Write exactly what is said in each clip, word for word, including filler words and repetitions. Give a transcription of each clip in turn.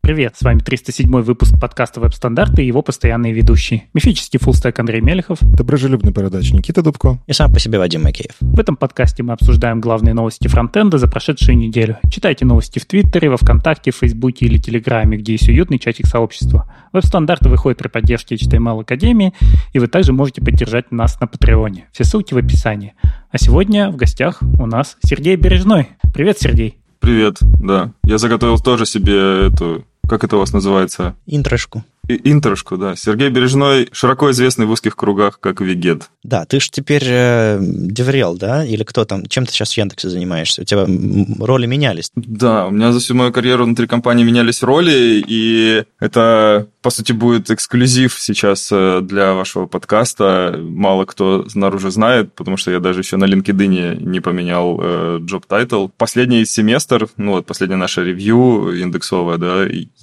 привет! С вами триста седьмой выпуск подкаста «Веб-стандарты» и его постоянные ведущие. Мифический фуллстек Андрей Мелехов. Доброжелюбный бородач Никита Дубко. И сам по себе Вадим Макеев. В этом подкасте мы обсуждаем главные новости фронтенда за прошедшую неделю. Читайте новости в Твиттере, во Вконтакте, в Фейсбуке или Телеграме, где есть уютный чатик сообщества. Веб-стандарты выходят при поддержке эйч ти эм эл Академии, и вы также можете поддержать нас на Патреоне. Все ссылки в описании. А сегодня в гостях у нас Сергей Бережной. Привет, Сергей. Привет, да. Я заготовил тоже себе эту, как это у вас называется? Интрошку. Интрошку, да. Сергей Бережной, широко известный в узких кругах как Вигет. Да, ты же теперь э, деврел, да? Или кто там? Чем ты сейчас в Яндексе занимаешься? У тебя роли менялись? Да, у меня за всю мою карьеру внутри компании менялись роли, и это, по сути, будет эксклюзив сейчас для вашего подкаста. Мало кто снаружи знает, потому что я даже еще на LinkedIn не поменял э, job title. Последний семестр, ну вот последнее наше ревью индексовое, да,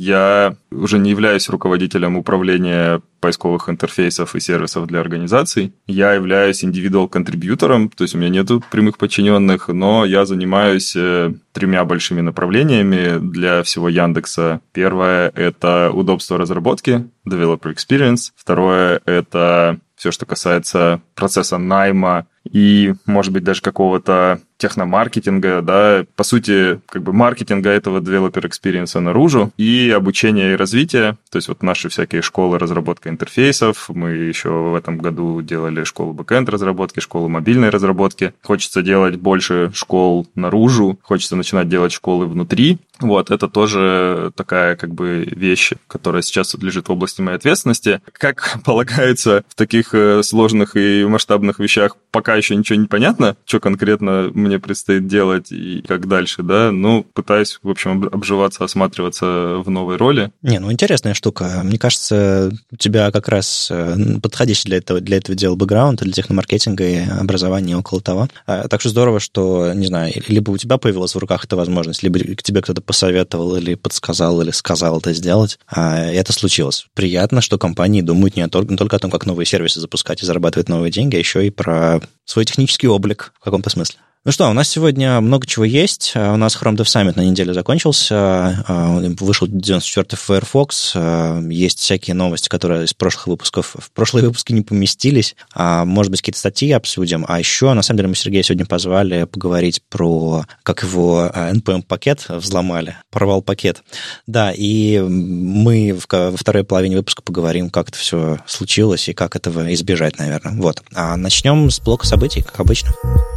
я уже не являюсь руководителем управления поисковых интерфейсов и сервисов для организаций. Я являюсь индивидуал-контрибьютором, то есть у меня нету прямых подчиненных, но я занимаюсь тремя большими направлениями для всего Яндекса. Первое – это удобство разработки, developer experience. Второе – это все, что касается процесса найма и, может быть, даже какого-то техномаркетинга, да, по сути, как бы маркетинга этого developer experience наружу, и обучение и развитие, то есть вот наши всякие школы разработки интерфейсов, мы еще в этом году делали школу бэкэнд разработки, школу мобильной разработки, хочется делать больше школ наружу, хочется начинать делать школы внутри, вот, это тоже такая как бы вещь, которая сейчас лежит в области моей ответственности. Как полагается в таких сложных и масштабных вещах, пока еще ничего не понятно, что конкретно мне предстоит делать и как дальше, да, ну, пытаюсь, в общем, обживаться, осматриваться в новой роли. Не, ну, интересная штука. Мне кажется, у тебя как раз подходящий для этого, для этого дела бэкграунд, для техномаркетинга и образования около того. Так что здорово, что, не знаю, либо у тебя появилась в руках эта возможность, либо к тебе кто-то посоветовал или подсказал, или сказал это сделать, и это случилось. Приятно, что компании думают не только, не только о том, как новые сервисы запускать и зарабатывать новые деньги, а еще и про свой технический облик в каком-то смысле. Ну что, у нас сегодня много чего есть. У нас Chrome Dev Summit на неделе закончился. Вышел девяносто четвёртый Firefox. Есть всякие новости, которые из прошлых выпусков в прошлые выпуски не поместились. Может быть, какие-то статьи обсудим. А еще, на самом деле, мы Сергея сегодня позвали поговорить про, как его эн пи эм-пакет взломали. Порвал пакет. Да, и мы во второй половине выпуска поговорим, как это все случилось и как этого избежать, наверное. Вот. А начнем с блока событий, как обычно.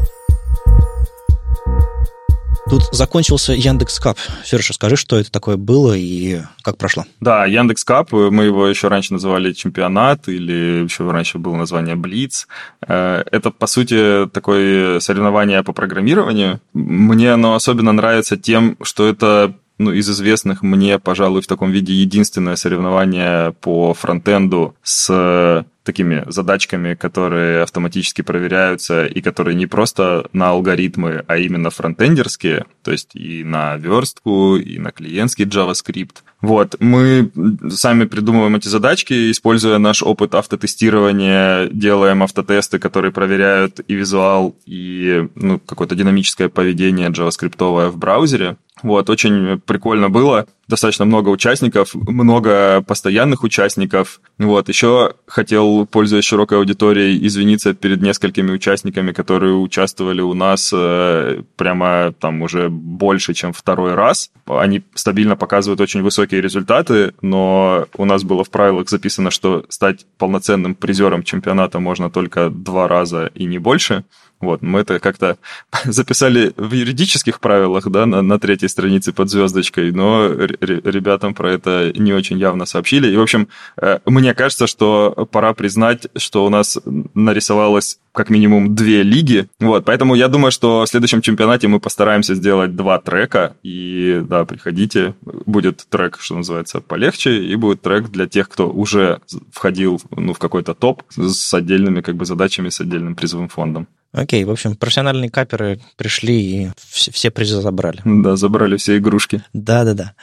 Тут закончился Яндекс.Кап. Сережа, скажи, что это такое было и как прошло? Да, Яндекс.Кап, мы его еще раньше называли чемпионат, или еще раньше было название Блиц. Это, по сути, такое соревнование по программированию. Мне оно особенно нравится тем, что это, ну, из известных мне, пожалуй, в таком виде единственное соревнование по фронтенду с такими задачками, которые автоматически проверяются и которые не просто на алгоритмы, а именно фронтендерские, то есть и на верстку, и на клиентский JavaScript. Вот, мы сами придумываем эти задачки, используя наш опыт автотестирования, делаем автотесты, которые проверяют и визуал, и, ну, какое-то динамическое поведение JavaScript-овое в браузере. Вот, очень прикольно было. Достаточно много участников, много постоянных участников. Вот, еще хотел, пользуясь широкой аудиторией, извиниться перед несколькими участниками, которые участвовали у нас э, прямо там уже больше, чем второй раз. Они стабильно показывают очень высокие результаты, но у нас было в правилах записано, что стать полноценным призером чемпионата можно только два раза и не больше. Вот, мы это как-то записали в юридических правилах, да, на, на третьей странице под звездочкой, но р- ребятам про это не очень явно сообщили. И, в общем, мне кажется, что пора признать, что у нас нарисовалось как минимум две лиги. Вот, поэтому я думаю, что в следующем чемпионате мы постараемся сделать два трека. И, да, приходите. Будет трек, что называется, полегче, и будет трек для тех, кто уже входил, ну, в какой-то топ с отдельными как бы задачами, с отдельным призовым фондом. Окей, в общем, профессиональные каперы пришли и все, все призы забрали. Да, забрали все игрушки. Да-да-да.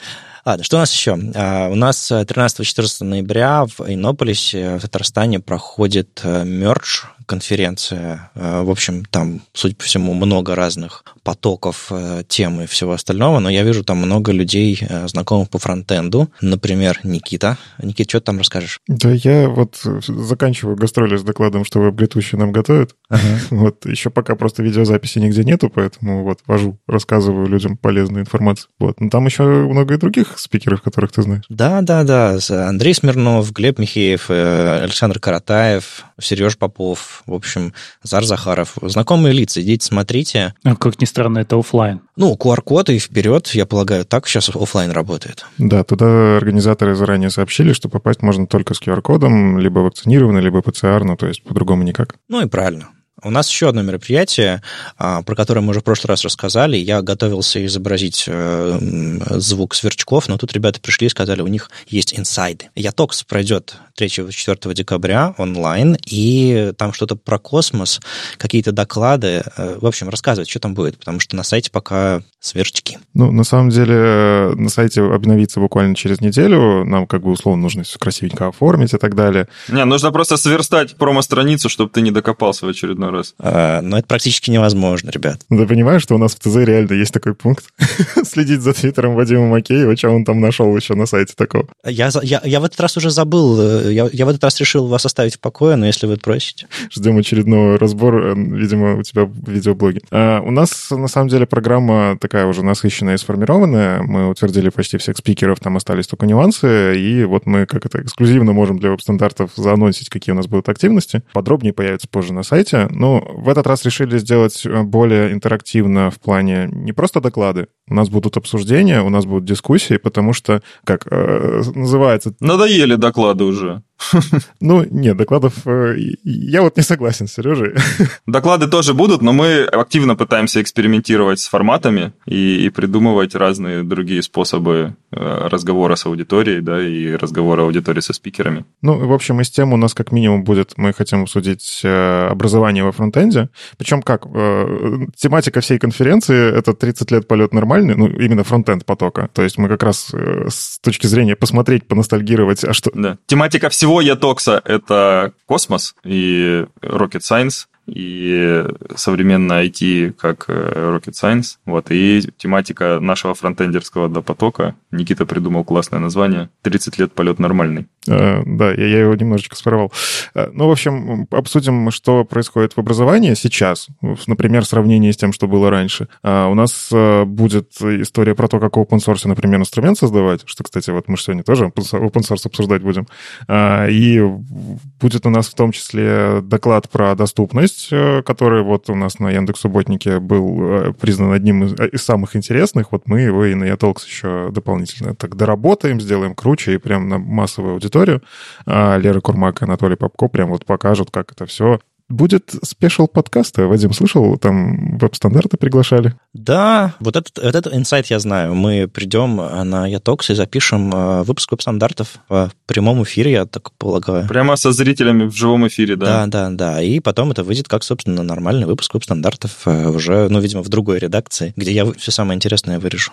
Ладно, что у нас еще? У нас тринадцатого-четырнадцатого ноября в Иннополисе в Татарстане проходит мердж, конференция. В общем, там, судя по всему, много разных потоков, тем и всего остального, но я вижу там много людей, знакомых по фронтенду. Например, Никита. Никита, что ты там расскажешь? Да я вот заканчиваю гастроли с докладом, что веб-летущие нам готовят. Ага. Вот еще пока просто видеозаписи нигде нету, поэтому вот вожу, рассказываю людям полезную информацию. Вот. Но там еще много и других спикеров, которых ты знаешь. Да, да, да. Андрей Смирнов, Глеб Михеев, Александр Каратаев, Сереж Попов, в общем, Зар Захаров. Знакомые лица, идите, смотрите. А как ни странно, это офлайн. Ну, ку ар-код и вперед, я полагаю, так сейчас офлайн работает. Да, туда организаторы заранее сообщили, что попасть можно только с ку ар-кодом, либо вакцинированный, либо пэ цэ эр, ну, то есть по-другому никак. Ну и правильно. У нас еще одно мероприятие, про которое мы уже в прошлый раз рассказали. Я готовился изобразить звук сверчков, но тут ребята пришли и сказали, у них есть инсайды. Ятокс пройдет третьего-четвёртого декабря онлайн, и там что-то про космос, какие-то доклады. В общем, рассказывать, что там будет, потому что на сайте пока сверчки. Ну, на самом деле, на сайте обновится буквально через неделю. Нам, как бы, условно, нужно все красивенько оформить и так далее. Не, нужно просто сверстать промо-страницу, чтобы ты не докопался в очередной раз. А, но это практически невозможно, ребят. Ты понимаешь, что у нас в ТЗ реально есть такой пункт? Следить за твиттером Вадима Макеева, что он там нашел еще на сайте такого. Я, я, я в этот раз уже забыл, я, я в этот раз решил вас оставить в покое, но если вы просите. Ждем очередного разбора, видимо, у тебя в видеоблоге. А, у нас, на самом деле, программа такая уже насыщенная и сформированная. Мы утвердили почти всех спикеров, там остались только нюансы, и вот мы как это эксклюзивно можем для веб-стандартов заанонсить, какие у нас будут активности. Подробнее появится позже на сайте. Ну, в этот раз решили сделать более интерактивно в плане не просто доклады. У нас будут обсуждения, у нас будут дискуссии, потому что, как э, называется... Надоели доклады уже. Ну, нет, докладов... Э, я вот не согласен с Сережей. Доклады тоже будут, но мы активно пытаемся экспериментировать с форматами и, и придумывать разные другие способы разговора с аудиторией, да, и разговора аудитории со спикерами. Ну, в общем, из тем у нас как минимум будет, мы хотим обсудить образование во фронтенде. Причем как? Тематика всей конференции — это тридцать лет полет нормальный, ну, именно фронтенд потока. То есть мы как раз с точки зрения посмотреть, поностальгировать, а что... Да. Тематика всего Ятокса — это космос и rocket science, и современное ай ти как rocket science. Вот. И тематика нашего фронтендерского да, потока. Никита придумал классное название. тридцать лет полет нормальный. Uh, да, я, я его немножечко своровал. Uh, ну, в общем, обсудим, что происходит в образовании сейчас. Например, в сравнении с тем, что было раньше. Uh, у нас uh, будет история про то, как в open source, например, инструмент создавать, что, кстати, вот мы сегодня тоже open source обсуждать будем. Uh, и будет у нас в том числе доклад про доступность, который вот у нас на Яндекс.Субботнике был признан одним из, из самых интересных. Вот мы его и на Ятолкс еще дополнительно так доработаем, сделаем круче и прям на массовую аудиторию. А Лера Курмак и Анатолий Попко прям вот покажут, как это все. Будет спешл подкаст. Вадим, слышал, там веб-стандарты приглашали? Да, вот этот, этот инсайт я знаю. Мы придем на Ятокс и запишем выпуск веб-стандартов в прямом эфире, я так полагаю. Прямо со зрителями в живом эфире, да? Да, да, да. И потом это выйдет как, собственно, нормальный выпуск веб-стандартов уже, ну, видимо, в другой редакции, где я все самое интересное вырежу.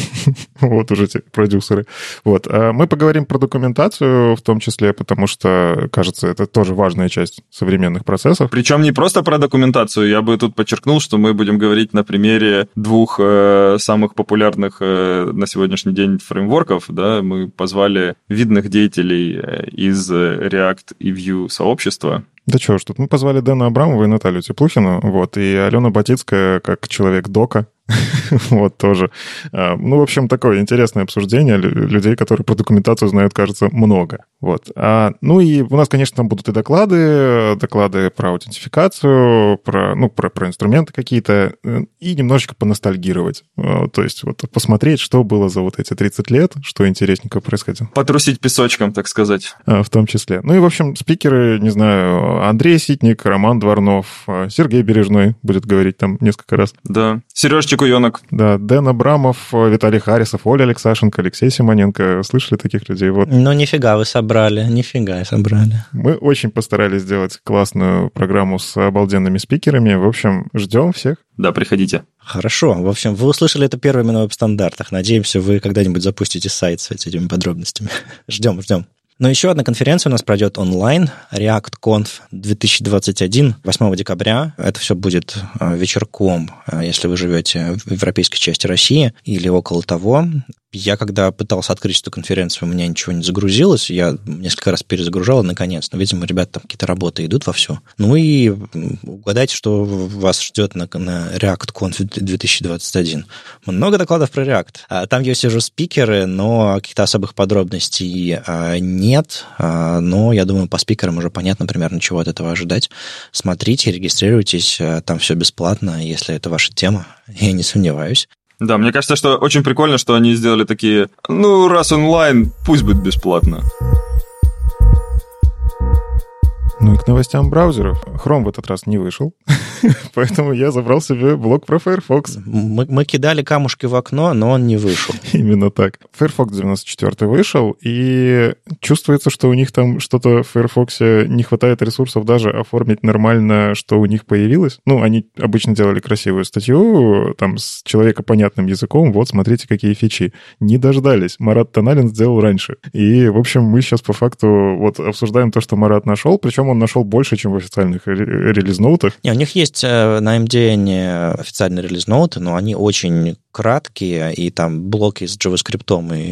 Вот уже те продюсеры. Вот. Мы поговорим про документацию в том числе, потому что, кажется, это тоже важная часть современных процессов. Причем не просто про документацию. Я бы тут подчеркнул, что мы будем говорить на примере двух э, самых популярных э, на сегодняшний день фреймворков. Да? Мы позвали видных деятелей из React и Vue сообщества. Да чего ж тут. Мы позвали Дэна Абрамова и Наталью Теплухину, вот, и Алену Батицкая как человек дока. Вот тоже. Ну, в общем, такое интересное обсуждение людей, которые про документацию знают, кажется, много. Вот. А, ну и у нас, конечно, там будут и доклады, доклады про аутентификацию, про, ну, про, про инструменты какие-то, и немножечко поностальгировать. То есть вот посмотреть, что было за вот эти тридцать лет, что интересненько происходило. Потрусить песочком, так сказать. В том числе. Ну и, в общем, спикеры, не знаю, Андрей Ситник, Роман Дворнов, Сергей Бережной будет говорить там несколько раз. Да. Сереж, Чекуенок. Да, Дэн Абрамов, Виталий Харисов, Оля Алексашенко, Алексей Симоненко. Слышали таких людей? Вот. Ну, нифига вы собрали, нифига собрали. Мы очень постарались сделать классную программу с обалденными спикерами. В общем, ждем всех. Да, приходите. Хорошо. В общем, вы услышали это первыми на веб-стандартах. Надеемся, вы когда-нибудь запустите сайт с этими подробностями. Ждем, ждем. Но еще одна конференция у нас пройдет онлайн, ReactConf две тысячи двадцать один, восьмого декабря. Это все будет вечерком, если вы живете в европейской части России или около того. Я, когда пытался открыть эту конференцию, у меня ничего не загрузилось. Я несколько раз перезагружал, наконец. Но, видимо, ребята там какие-то работы идут вовсю. Ну и угадайте, что вас ждет на, на ReactConf две тысячи двадцать один. Много докладов про React. Там есть уже спикеры, но каких-то особых подробностей нет. Но, я думаю, по спикерам уже понятно примерно, чего от этого ожидать. Смотрите, регистрируйтесь. Там все бесплатно, если это ваша тема. Я не сомневаюсь. Да, мне кажется, что очень прикольно, что они сделали такие, ну, раз онлайн, пусть будет бесплатно. Ну и к новостям браузеров. Chrome в этот раз не вышел, поэтому я забрал себе блог про Firefox. Мы, мы кидали камушки в окно, но он не вышел. Именно так. Firefox девяносто четыре вышел, и чувствуется, что у них там что-то в Firefox не хватает ресурсов даже оформить нормально, что у них появилось. Ну, они обычно делали красивую статью, там, с человекопонятным языком, вот, смотрите, какие фичи. Не дождались. Марат Тоналин сделал раньше. И, в общем, мы сейчас по факту вот обсуждаем то, что Марат нашел, причем он нашел больше, чем в официальных релиз-ноутах. Не, у них есть на эм ди эн официальные релиз-ноуты, но они очень краткие, и там блоки с JavaScript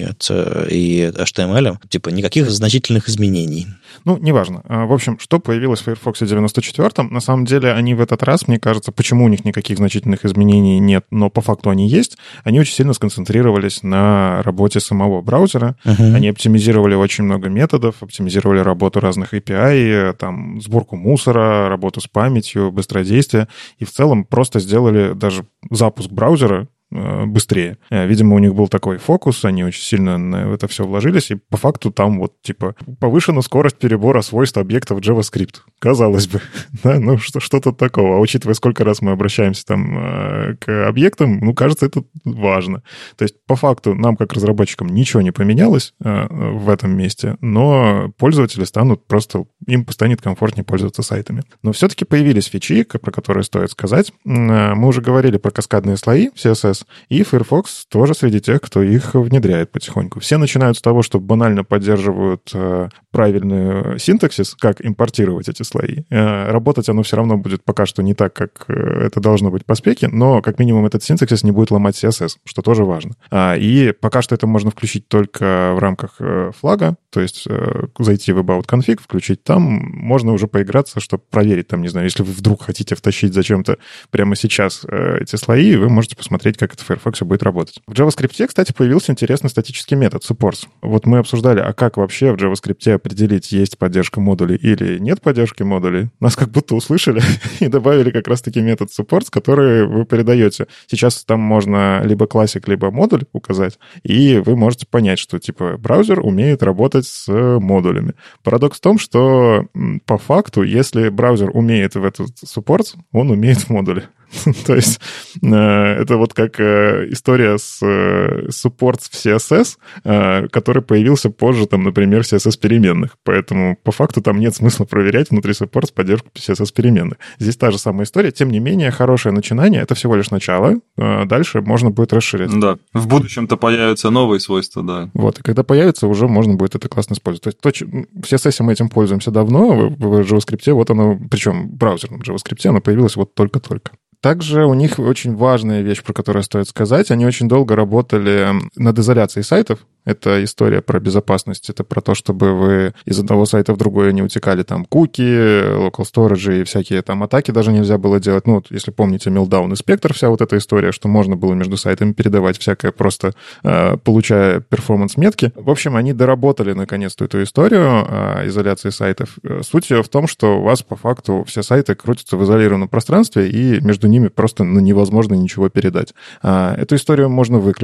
и, и эйч ти эм эл, типа никаких значительных изменений. Ну, неважно. В общем, что появилось в Firefox девяносто четыре, на самом деле они в этот раз, мне кажется, почему у них никаких значительных изменений нет, но по факту они есть, они очень сильно сконцентрировались на работе самого браузера. Uh-huh. Они оптимизировали очень много методов, оптимизировали работу разных эй пи ай, там, сборку мусора, работу с памятью, быстродействие, и в целом просто сделали даже запуск браузера быстрее. Видимо, у них был такой фокус, они очень сильно в это все вложились, и по факту там вот, типа, повышена скорость перебора свойств объектов JavaScript. Казалось бы. Да, ну, что, что-то такого. А учитывая, сколько раз мы обращаемся там к объектам, ну, кажется, это важно. То есть, по факту, нам, как разработчикам, ничего не поменялось в этом месте, но пользователи станут просто, им станет комфортнее пользоваться сайтами. Но все-таки появились фичи, про которые стоит сказать. Мы уже говорили про каскадные слои в си эс эс, и Firefox тоже среди тех, кто их внедряет потихоньку. Все начинают с того, что банально поддерживают э, правильный синтаксис, как импортировать эти слои. Э, работать оно все равно будет пока что не так, как это должно быть по спеке, но как минимум этот синтаксис не будет ломать си эс эс, что тоже важно. А, и пока что это можно включить только в рамках э, флага, то есть э, зайти в About Config, включить там, можно уже поиграться, чтобы проверить там, не знаю, если вы вдруг хотите втащить зачем-то прямо сейчас э, эти слои, вы можете посмотреть, как это в Firefox будет работать. В JavaScript, кстати, появился интересный статический метод supports. Вот мы обсуждали, а как вообще в JavaScript определить, есть поддержка модулей или нет поддержки модулей. Нас как будто услышали и добавили как раз-таки метод supports, который вы передаете. Сейчас там можно либо классик, либо модуль указать, и вы можете понять, что типа браузер умеет работать с модулями. Парадокс в том, что по факту, если браузер умеет в этот supports, он умеет в модуле. То есть э, это вот как э, история с э, supports в си эс эс, э, который появился позже, там, например, си эс эс-переменных. Поэтому по факту там нет смысла проверять внутри supports поддержку си эс эс-переменных. Здесь та же самая история. Тем не менее, хорошее начинание — это всего лишь начало. Э, дальше можно будет расширять. Да. В будущем-то появятся новые свойства, да. Вот. И когда появится, уже можно будет это классно использовать. То есть то, в си эс эс мы этим пользуемся давно. В, в JavaScript вот оно, причем в браузерном JavaScript, оно появилось вот только-только. Также у них очень важная вещь, про которую стоит сказать. Они очень долго работали над изоляцией сайтов. Это история про безопасность. Это про то, чтобы вы из одного сайта в другой не утекали там куки, local storage и всякие там атаки даже нельзя было делать. Ну, вот, если помните, Meltdown и Spectre, вся вот эта история, что можно было между сайтами передавать всякое, просто э, получая перформанс-метки. В общем, они доработали наконец-то эту историю э, изоляции сайтов. Суть ее в том, что у вас по факту все сайты крутятся в изолированном пространстве, и между ними просто ну, невозможно ничего передать. Э, эту историю можно выключить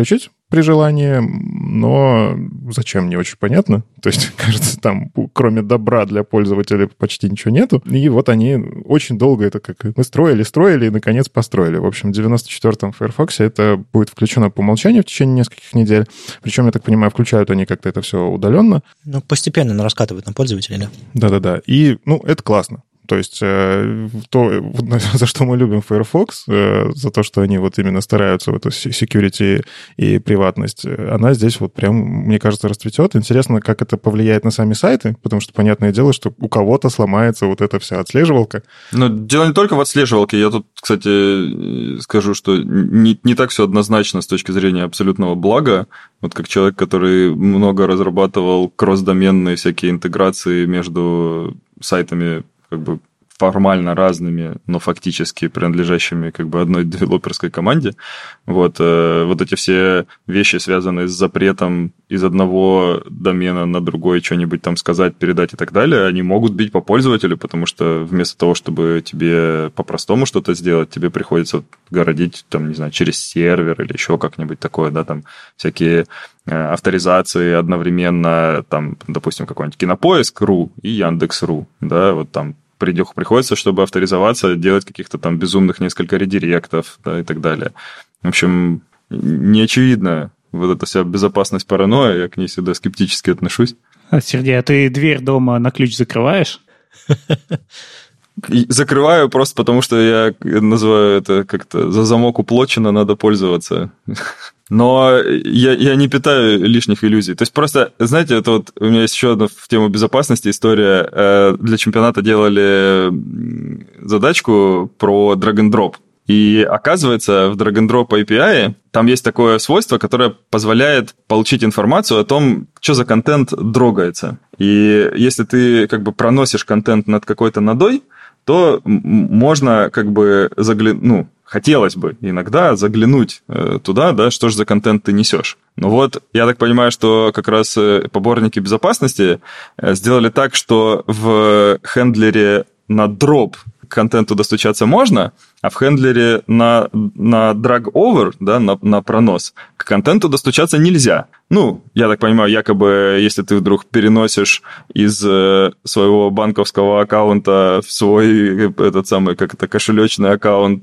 при желании, но зачем, не очень понятно. То есть, кажется, там кроме добра для пользователя почти ничего нету. И вот они очень долго это как мы строили, строили и, наконец, построили. В общем, в девяносто четвёртом Firefox это будет включено по умолчанию в течение нескольких недель. Причем, я так понимаю, включают они как-то это все удаленно. Ну, постепенно раскатывают на пользователей, да? Да-да-да. И, ну, это классно. То есть то, за что мы любим Firefox, за то, что они вот именно стараются в эту security и приватность, она здесь вот прям, мне кажется, расцветет. Интересно, как это повлияет на сами сайты, потому что, понятное дело, что у кого-то сломается вот эта вся отслеживалка. Но дело не только в отслеживалке. Я тут, кстати, скажу, что не, не так все однозначно с точки зрения абсолютного блага. Вот как человек, который много разрабатывал кросс-доменные всякие интеграции между сайтами, как бы формально разными, но фактически принадлежащими как бы одной девелоперской команде. Вот, э, вот эти все вещи, связанные с запретом из одного домена на другой что-нибудь там сказать, передать и так далее, они могут бить по пользователю, потому что вместо того, чтобы тебе по-простому что-то сделать, тебе приходится городить, там, не знаю, через сервер или еще как-нибудь такое, да, там всякие авторизации одновременно, там, допустим, какой-нибудь Кинопоиск точка ру и Яндекс точка ру, да, вот там приходится, чтобы авторизоваться, делать каких-то там безумных несколько редиректов, да, и так далее. В общем, не очевидно вот эта вся безопасность, паранойя, я к ней всегда скептически отношусь. А, Сергей, а ты дверь дома на ключ закрываешь? Закрываю просто потому, что я называю это как-то за замок уплочено, надо пользоваться. Но я, я не питаю лишних иллюзий. То есть просто, знаете, это вот у меня есть еще одна в тему безопасности история. Для чемпионата делали задачку про drag-and-drop. И оказывается, в drag-and-drop эй пи ай там есть такое свойство, которое позволяет получить информацию о том, что за контент дрогается. И если ты как бы проносишь контент над какой-то нодой, то можно как бы заглянуть, ну, хотелось бы иногда заглянуть туда, да, что же за контент ты несешь. Ну вот, я так понимаю, что как раз поборники безопасности сделали так, что в хендлере на дроп к контенту достучаться можно, а в хендлере на, на drag-over, да, на, на пронос, к контенту достучаться нельзя. Ну, я так понимаю, якобы, если ты вдруг переносишь из своего банковского аккаунта в свой, этот самый, как это, кошелечный аккаунт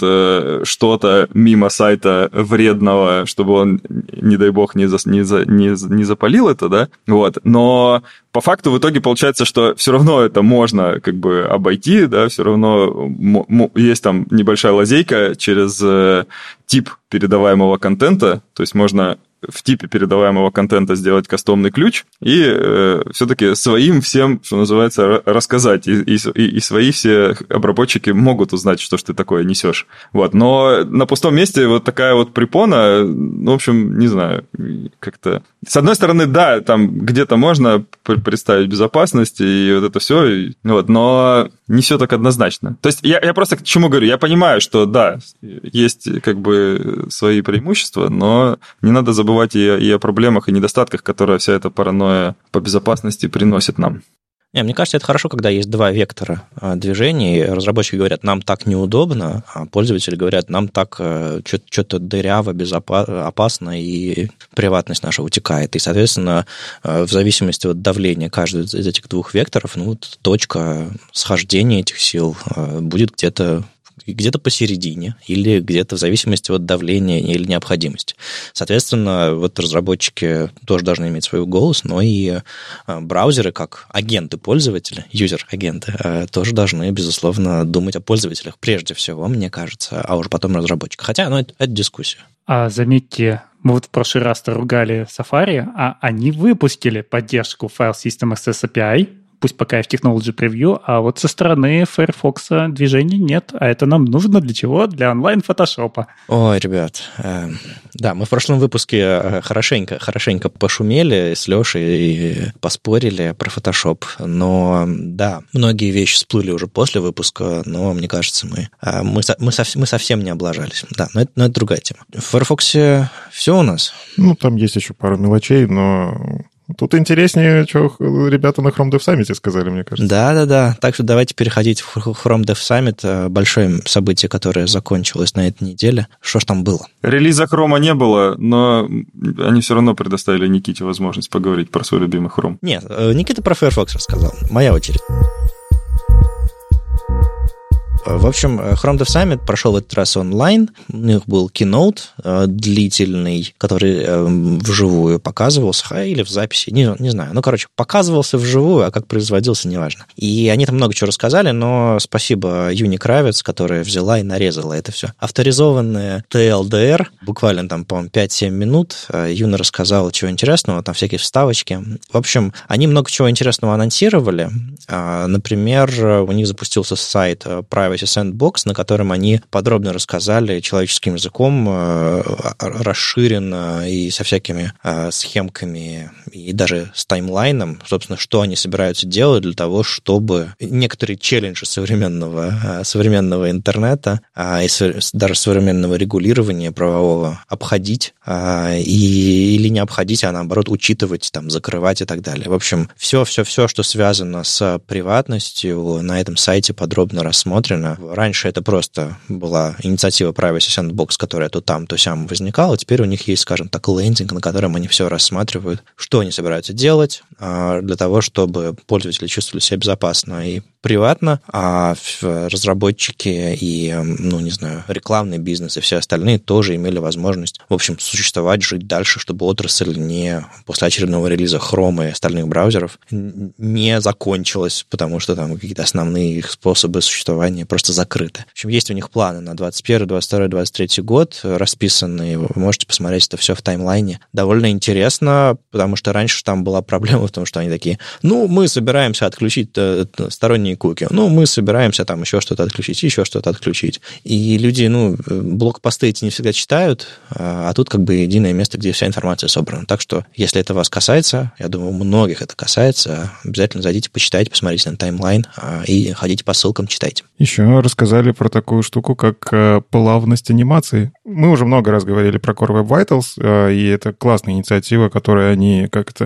что-то мимо сайта вредного, чтобы он, не дай бог, не, за, не, за, не, не запалил это, да, вот, но по факту в итоге получается, что все равно это можно как бы обойти, да, все равно есть там небольшая лазейка через э, тип передаваемого контента, то есть можно в типе передаваемого контента сделать кастомный ключ и э, все-таки своим всем, что называется, рассказать. И, и, и свои все обработчики могут узнать, что ж ты такое несешь. Вот. Но на пустом месте вот такая вот препона, ну, в общем, не знаю, как-то... С одной стороны, да, там где-то можно представить безопасность и вот это все, вот, но не все так однозначно. То есть я, я просто к чему говорю? Я понимаю, что да, есть как бы свои преимущества, но не надо забывать и, и о проблемах и недостатках, которые вся эта паранойя по безопасности приносит нам. Не, мне кажется, это хорошо, когда есть два вектора движений. Разработчики говорят, нам так неудобно, а пользователи говорят, нам так что-то дыряво, безопасно, и приватность наша утекает. И, соответственно, в зависимости от давления каждого из этих двух векторов, ну, точка схождения этих сил будет где-то где-то посередине или где-то в зависимости от давления или необходимости. Соответственно, вот разработчики тоже должны иметь свой голос, но и браузеры, как агенты пользователя, юзер-агенты, тоже должны, безусловно, думать о пользователях прежде всего, мне кажется, а уже потом разработчиках. Хотя, ну, это, это дискуссия. А заметьте, мы вот в прошлый раз-то ругали Safari, а они выпустили поддержку File System Access эй пи ай, пусть пока и в Technology Preview, а вот со стороны Firefox движений нет. А это нам нужно для чего? Для онлайн-фотошопа. Ой, ребят, э, да, мы в прошлом выпуске хорошенько, хорошенько пошумели с Лешей и поспорили про Photoshop, но да, многие вещи всплыли уже после выпуска, но мне кажется, мы, мы, мы, совсем, мы совсем не облажались. Да, но это, но это другая тема. В Firefox все у нас? Ну, там есть еще пару мелочей, но... Тут интереснее, что ребята на Chrome Dev Summit сказали, мне кажется. Да-да-да. Так что давайте переходить в Chrome Dev Summit, большое событие, которое закончилось на этой неделе. Что ж там было? Релиза Chrome не было, но они все равно предоставили Никите возможность поговорить про свой любимый Chrome. Нет, Никита про Firefox рассказал. Моя очередь. В общем, Chrome Dev Summit прошел в этот раз онлайн. У них был keynote э, длительный, который э, вживую показывался, или в записи, не, не знаю. Ну, короче, показывался вживую, а как производился, неважно. И они там много чего рассказали, но спасибо Юни Кравец, которая взяла и нарезала это все. Авторизованное ти эл ди ар, буквально там, по-моему, пять-семь минут. Юна рассказала чего интересного, там всякие вставочки. В общем, они много чего интересного анонсировали. Например, у них запустился сайт Privacy Sandbox, на котором они подробно рассказали человеческим языком, расширенно и со всякими схемками, и даже с таймлайном, собственно, что они собираются делать для того, чтобы некоторые челленджи современного, современного интернета и даже современного регулирования правового обходить и, или не обходить, а наоборот учитывать, там, закрывать и так далее. В общем, все-все-все, что связано с приватностью, на этом сайте подробно рассмотрено. Раньше это просто была инициатива Privacy Sandbox, которая то там, то сям возникала. Теперь у них есть, скажем так, лендинг, на котором они все рассматривают, что они собираются делать для того, чтобы пользователи чувствовали себя безопасно и приватно, а разработчики и, ну, не знаю, рекламный бизнес и все остальные тоже имели возможность, в общем, существовать, жить дальше, чтобы отрасль не после очередного релиза Chrome и остальных браузеров не закончилась, потому что там какие-то основные их способы существования просто закрыты. В общем, есть у них планы на двадцать первый, двадцать второй, двадцать третий год, расписанные, вы можете посмотреть это все в таймлайне. Довольно интересно, потому что раньше там была проблема в том, что они такие, ну, мы собираемся отключить сторонние куки, ну, мы собираемся там еще что-то отключить, еще что-то отключить. И люди, ну, блокпосты эти не всегда читают, а тут как бы единое место, где вся информация собрана. Так что, если это вас касается, я думаю, многих это касается, обязательно зайдите, почитайте, посмотрите на таймлайн и ходите по ссылкам, читайте. Еще рассказали про такую штуку, как плавность анимации. Мы уже много раз говорили про Core Web Vitals, и это классная инициатива, которой они как-то,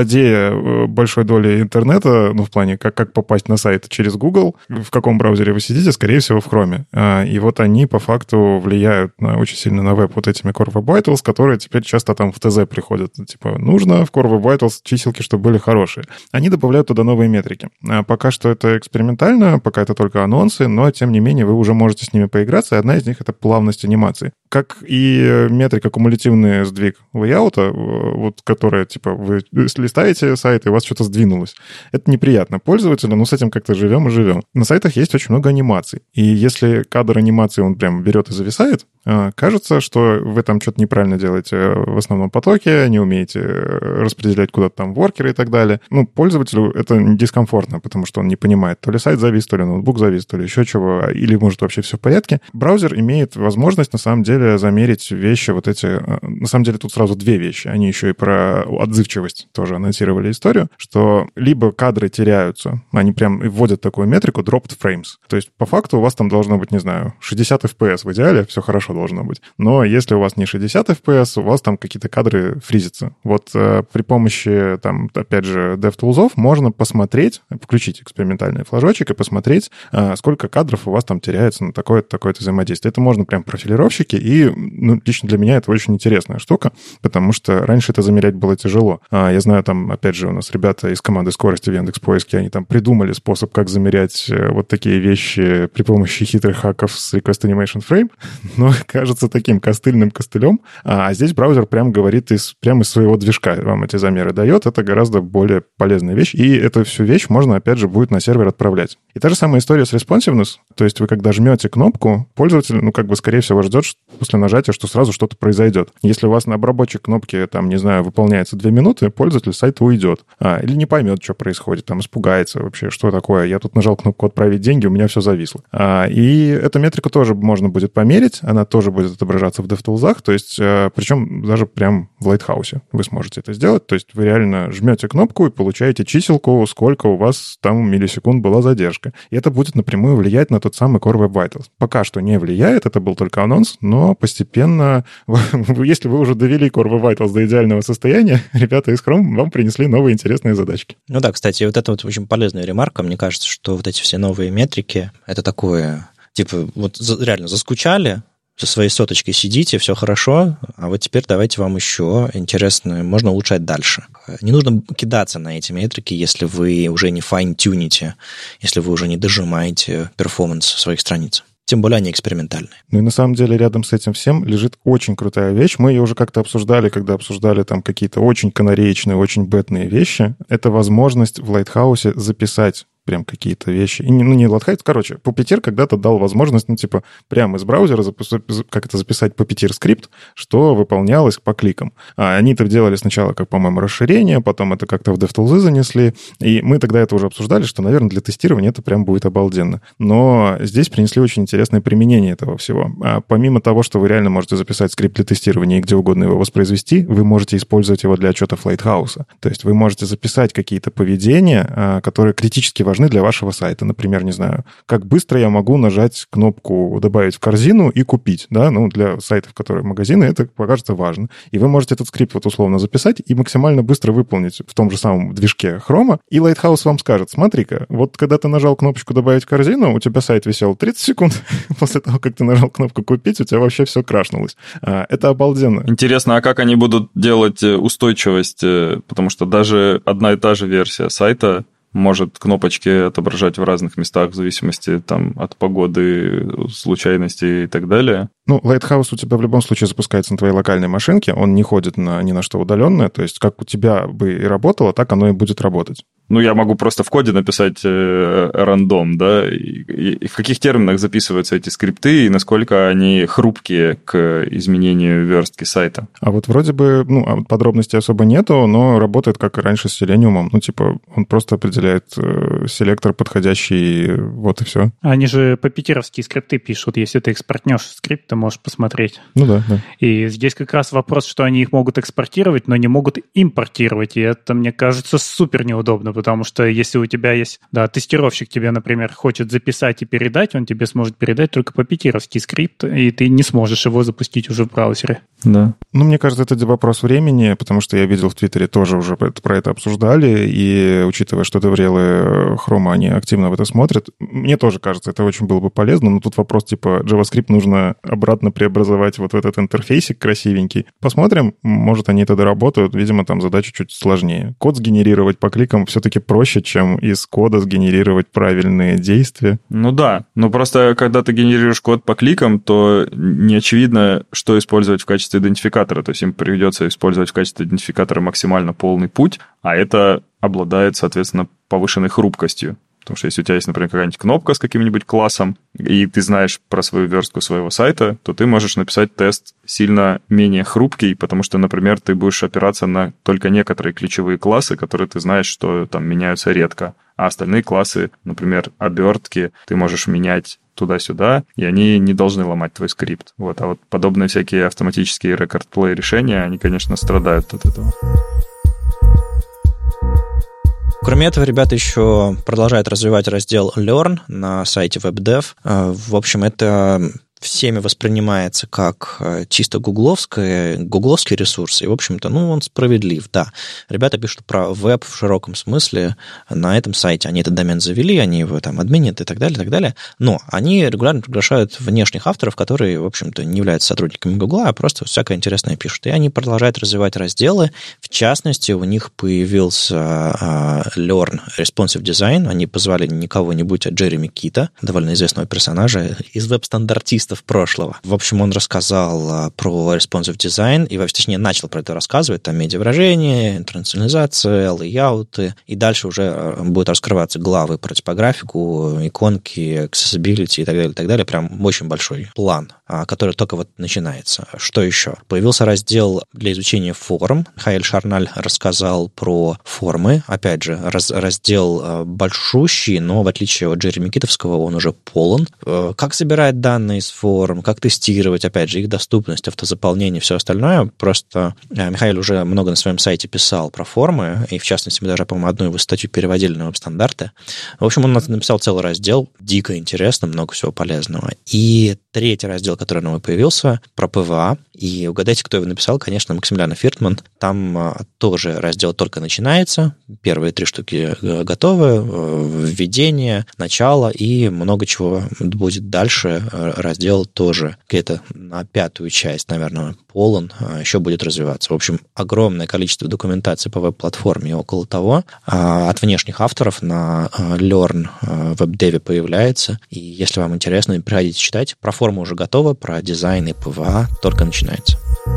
владея большой долей интернета, ну, в плане, как, как попасть на сайт через Google, в каком браузере вы сидите, скорее всего, в Chrome. И вот они по факту влияют на, очень сильно на веб вот этими Core Web Vitals, которые теперь часто там в ТЗ приходят. Типа, нужно в Core Web Vitals чиселки, чтобы были хорошие. Они добавляют туда новые метрики. А пока что это экспериментально, пока это только анонсы, но, тем не менее, вы уже можете с ними поиграться, и одна из них — это плавность анимации. Как и метрика кумулятивный сдвиг лейаута, вот, которая, типа, вы листаете сайт, и у вас что-то сдвинулось. Это неприятно пользователю, но с этим как-то живем и живем. На сайтах есть очень много анимаций, и если кадр анимации, он прям берет и зависает, кажется, что вы там что-то неправильно делаете в основном потоке, не умеете распределять куда-то там воркеры и так далее. Ну, пользователю это дискомфортно, потому что он не понимает, то ли сайт завис, то ли ноутбук завис, то ли еще чего, или, может, вообще все в порядке. Браузер имеет возможность, на самом деле, замерить вещи вот эти... На самом деле, тут сразу две вещи. Они еще и про отзывчивость тоже анонсировали историю, что либо кадры теряются, они прям вводят такую метрику dropped frames. То есть, по факту, у вас там должно быть, не знаю, шестьдесят эф пи эс в идеале, все хорошо должно быть. Но если у вас не шестьдесят эф пи эс, у вас там какие-то кадры фризятся. Вот э, при помощи, там, опять же, DevTools можно посмотреть, включить экспериментальный флажочек и посмотреть, э, сколько кадров у вас там теряется на такое-то, такое-то взаимодействие. Это можно прям профилировщики, и, ну, лично для меня это очень интересная штука, потому что раньше это замерять было тяжело. А, я знаю, там, опять же, у нас ребята из команды скорости в Яндекс.Поиске, они там придумали способ, как замерять вот такие вещи при помощи хитрых хаков с Request Animation Frame, но кажется таким костыльным костылем. А здесь браузер прям говорит, из, прямо из своего движка вам эти замеры дает. Это гораздо более полезная вещь, и эту всю вещь можно, опять же, будет на сервер отправлять. И та же самая история с responsiveness, то есть вы, когда жмете кнопку, пользователь, ну, как бы, скорее всего, ждет после нажатия, что сразу что-то произойдет. Если у вас на обработчик кнопки, там, не знаю, выполняется две минуты, пользователь с сайта уйдет. А, или не поймет, что происходит, там, испугается вообще, что такое. Я тут нажал кнопку «Отправить деньги», у меня все зависло. А, и эту метрику тоже можно будет померить, она тоже будет отображаться в DevTools, то есть, а, причем даже прям в Lighthouse вы сможете это сделать, то есть вы реально жмете кнопку и получаете чиселку, сколько у вас там миллисекунд была задержка. И это будет напрямую влиять на тот самый Core Web Vitals. Пока что не влияет, это был только анонс, но но постепенно, если вы уже довели Core Web Vitals до идеального состояния, ребята из Chrome вам принесли новые интересные задачки. Ну да, кстати, вот это вот очень полезная ремарка. Мне кажется, что вот эти все новые метрики, это такое, типа, вот реально заскучали, со своей соточкой сидите, все хорошо, а вот теперь давайте вам еще интересно, можно улучшать дальше. Не нужно кидаться на эти метрики, если вы уже не файн-тюните, если вы уже не дожимаете перформанс своих страниц. Тем более они экспериментальные. Ну и на самом деле рядом с этим всем лежит очень крутая вещь. Мы ее уже как-то обсуждали, когда обсуждали там какие-то очень канареечные, очень бэтные вещи. Это возможность в Lighthouse записать прям какие-то вещи. И, ну, не Lighthouse, короче, Puppeteer когда-то дал возможность, ну, типа, прямо из браузера записать, как это записать Puppeteer скрипт, что выполнялось по кликам. А они это делали сначала как, по-моему, расширение, потом это как-то в DevTools занесли, и мы тогда это уже обсуждали, что, наверное, для тестирования это прям будет обалденно. Но здесь принесли очень интересное применение этого всего. А помимо того, что вы реально можете записать скрипт для тестирования и где угодно его воспроизвести, вы можете использовать его для отчетов Lighthouse. То есть вы можете записать какие-то поведения, которые критически важны важны для вашего сайта. Например, не знаю, как быстро я могу нажать кнопку «Добавить в корзину» и «Купить». Да? Ну, для сайтов, которые магазины, это покажется важно. И вы можете этот скрипт вот условно записать и максимально быстро выполнить в том же самом движке Chrome, и Lighthouse вам скажет: смотри-ка, вот когда ты нажал кнопочку «Добавить в корзину», у тебя сайт висел тридцать секунд, после того, как ты нажал кнопку «Купить», у тебя вообще все крашнулось. Это обалденно. Интересно, а как они будут делать устойчивость? Потому что даже одна и та же версия сайта может кнопочки отображать в разных местах в зависимости там, от погоды, случайностей и так далее. Ну, Lighthouse у тебя в любом случае запускается на твоей локальной машинке, он не ходит на, ни на что удаленное, то есть как у тебя бы и работало, так оно и будет работать. Ну, я могу просто в коде написать э, рандом, да, и, и, и в каких терминах записываются эти скрипты, и насколько они хрупкие к изменению верстки сайта. А вот вроде бы, ну, подробностей особо нету, но работает как и раньше с Selenium. Ну, типа, он просто определяет э, селектор подходящий, вот и все. Они же папетеровские скрипты пишут. Если ты экспортнешь скрипт, ты можешь посмотреть. Ну да, да. И здесь как раз вопрос, что они их могут экспортировать, но не могут импортировать. И это, мне кажется, супер неудобно, потому что если у тебя есть, да, тестировщик тебе, например, хочет записать и передать, он тебе сможет передать только папетеровский скрипт, и ты не сможешь его запустить уже в браузере. Да. Ну, мне кажется, это вопрос времени, потому что я видел в Твиттере тоже уже про это обсуждали, и учитывая, что деврелы Chrome, они активно в это смотрят, мне тоже кажется, это очень было бы полезно, но тут вопрос типа JavaScript нужно обратно преобразовать вот в этот интерфейсик красивенький. Посмотрим, может, они это доработают, видимо, там задача чуть сложнее. Код сгенерировать по кликам все-таки проще, чем из кода сгенерировать правильные действия. Ну да, но просто когда ты генерируешь код по кликам, то не очевидно, что использовать в качестве идентификатора, то есть им придется использовать в качестве идентификатора максимально полный путь, а это обладает, соответственно, повышенной хрупкостью. Потому что если у тебя есть, например, какая-нибудь кнопка с каким-нибудь классом, и ты знаешь про свою верстку своего сайта, то ты можешь написать тест сильно менее хрупкий, потому что, например, ты будешь опираться на только некоторые ключевые классы, которые ты знаешь, что там меняются редко. А остальные классы, например, обертки, ты можешь менять туда-сюда, и они не должны ломать твой скрипт. Вот. А вот подобные всякие автоматические рекорд-плей решения, они, конечно, страдают от этого. Кроме этого, ребята еще продолжают развивать раздел Learn на сайте WebDev. В общем, это всеми воспринимается как чисто гугловское, гугловский ресурс, и, в общем-то, ну, он справедлив, да. Ребята пишут про веб в широком смысле на этом сайте. Они этот домен завели, они его там админят и так далее, и так далее. Но они регулярно приглашают внешних авторов, которые, в общем-то, не являются сотрудниками Гугла, а просто всякое интересное пишут. И они продолжают развивать разделы. В частности, у них появился Learn Responsive Design. Они позвали не кого-нибудь, а Джереми Кита, довольно известного персонажа из веб-стандартистов прошлого. В общем, он рассказал про responsive design, и, точнее, начал про это рассказывать, там, медиавыражение, интернационализация, лейауты, и дальше уже будут раскрываться главы про типографику, иконки, accessibility и так далее, и так далее. Прям очень большой план, который только вот начинается. Что еще? Появился раздел для изучения форм. Михаил Шарналь рассказал про формы. Опять же, раз, раздел большущий, но в отличие от Джереми Китовского он уже полон. Как собирать данные из форм, как тестировать, опять же, их доступность, автозаполнение, все остальное. Просто Михаил уже много на своем сайте писал про формы, и, в частности, мы даже, по-моему, одну его статью переводили на веб-стандарты. В общем, он написал целый раздел, дико интересно, много всего полезного. И третий раздел, который новый появился, про пи ви эй. И угадайте, кто его написал, конечно, Максимилиан Фиртман. Там тоже раздел только начинается, первые три штуки готовы, введение, начало и много чего будет дальше. Раздел тоже где-то на пятую часть, наверное, полон, еще будет развиваться. В общем, огромное количество документации по веб-платформе и около того. От внешних авторов на Learn в WebDev появляется. И если вам интересно, приходите читать. Про форму уже готово, про дизайн и пи ви эй только начинается.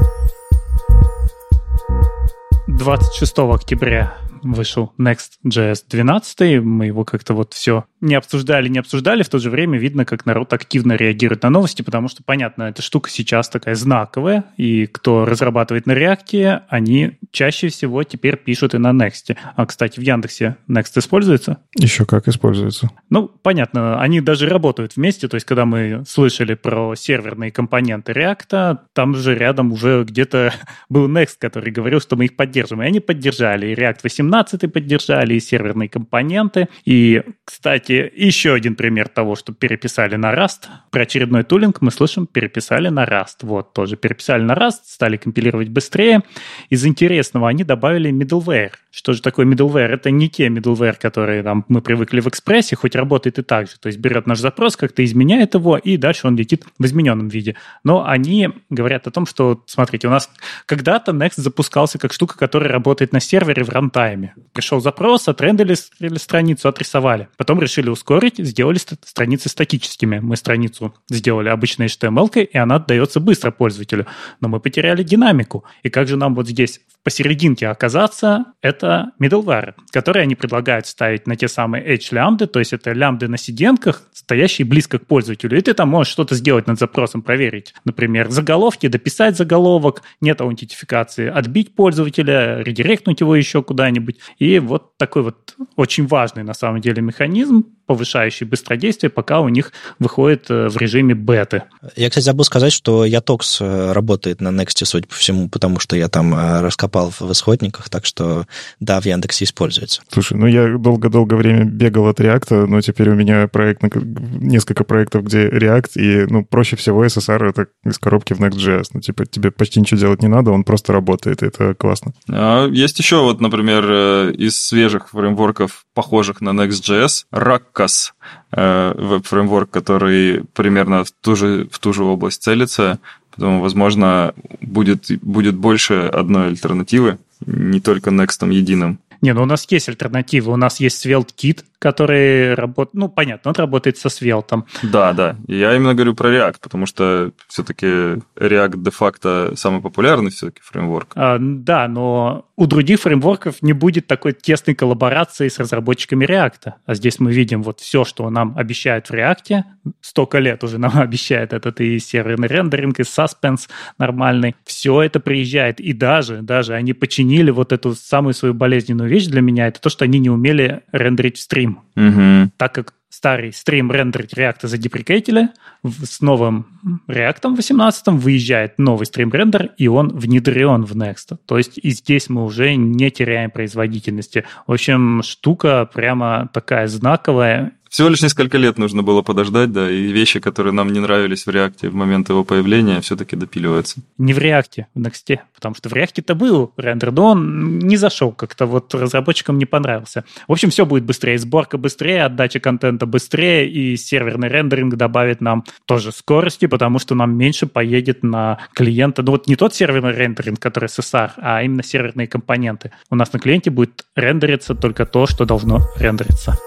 двадцать шестого октября вышел Next.js двенадцать. Мы его как-то вот все не обсуждали, не обсуждали. В то же время видно, как народ активно реагирует на новости, потому что, понятно, эта штука сейчас такая знаковая, и кто разрабатывает на React, они чаще всего теперь пишут и на Next. А, кстати, в Яндексе Next используется? Еще как используется. Ну, понятно, они даже работают вместе. То есть, когда мы слышали про серверные компоненты React, там же рядом уже где-то был Next, который говорил, что мы их поддержим. И они поддержали. И React восемнадцать поддержали, и серверные компоненты. И, кстати, еще один пример того, что переписали на Rust. Про очередной тулинг мы слышим, переписали на Rust. Вот, тоже переписали на Rust, стали компилировать быстрее. Из интересного они добавили middleware. Что же такое middleware? Это не те middleware, которые там, мы привыкли в экспрессе, хоть работает и так же. То есть берет наш запрос, как-то изменяет его, и дальше он летит в измененном виде. Но они говорят о том, что, смотрите, у нас когда-то Next запускался как штука, которая работает на сервере в рантайме. Пришел запрос, отрендерили страницу, отрисовали. Потом решили ускорить, сделали страницы статическими. Мы страницу сделали обычной эйч ти эм эл-кой, и она отдается быстро пользователю. Но мы потеряли динамику. И как же нам вот здесь посерединке оказаться? Это middleware, которые они предлагают ставить на те самые H-лямбды, то есть это лямбды на сиденках, стоящие близко к пользователю. И ты там можешь что-то сделать над запросом, проверить. Например, заголовки, дописать заголовок, нет аутентификации, отбить пользователя, редиректнуть его еще куда-нибудь. И вот такой вот очень важный на самом деле механизм, повышающий быстродействие, пока у них выходит в режиме беты. Я, кстати, забыл сказать, что Ятокс работает на Next, судя по всему, потому что я там раскопал в исходниках, так что да, в Яндексе используется. Слушай, ну я долго-долго время бегал от React, но теперь у меня проект, несколько проектов, где React, и ну, проще всего эс эс ар это из коробки в Next.js. Ну, типа, тебе почти ничего делать не надо, он просто работает, и это классно. А есть еще вот, например, из свежих фреймворков, похожих на Next.js, Rakkas, веб-фреймворк, который примерно в ту же, в ту же область целится, поэтому, возможно, будет, будет больше одной альтернативы, не только Next единым. Не, ну у нас есть альтернативы. У нас есть SvelteKit, который работает... Ну, понятно, он работает со Svelte. Да, да. Я именно говорю про React, потому что все-таки React де-факто самый популярный все-таки фреймворк. А, да, но у других фреймворков не будет такой тесной коллаборации с разработчиками React. А здесь мы видим вот все, что нам обещают в React. Столько лет уже нам обещает этот и серверный рендеринг, и Suspense нормальный. Все это приезжает. И даже, даже они починили вот эту самую свою болезненную вещь для меня, это то, что они не умели рендерить в стрим. Угу. Так как старый стрим рендерить React задеприкейтили, с новым React восемнадцатым выезжает новый стрим-рендер, и он внедрен в Next. То есть и здесь мы уже не теряем производительности. В общем, штука прямо такая знаковая. Всего лишь несколько лет нужно было подождать, да, и вещи, которые нам не нравились в React в момент его появления, все-таки допиливаются. Не в React, в Next, потому что в React-то был рендер, но он не зашел, как-то вот разработчикам не понравился. В общем, все будет быстрее, сборка быстрее, отдача контента быстрее, и серверный рендеринг добавит нам тоже скорости, потому что нам меньше поедет на клиента. Ну вот не тот серверный рендеринг, который эс эс ар, а именно серверные компоненты. У нас на клиенте будет рендериться только то, что должно рендериться.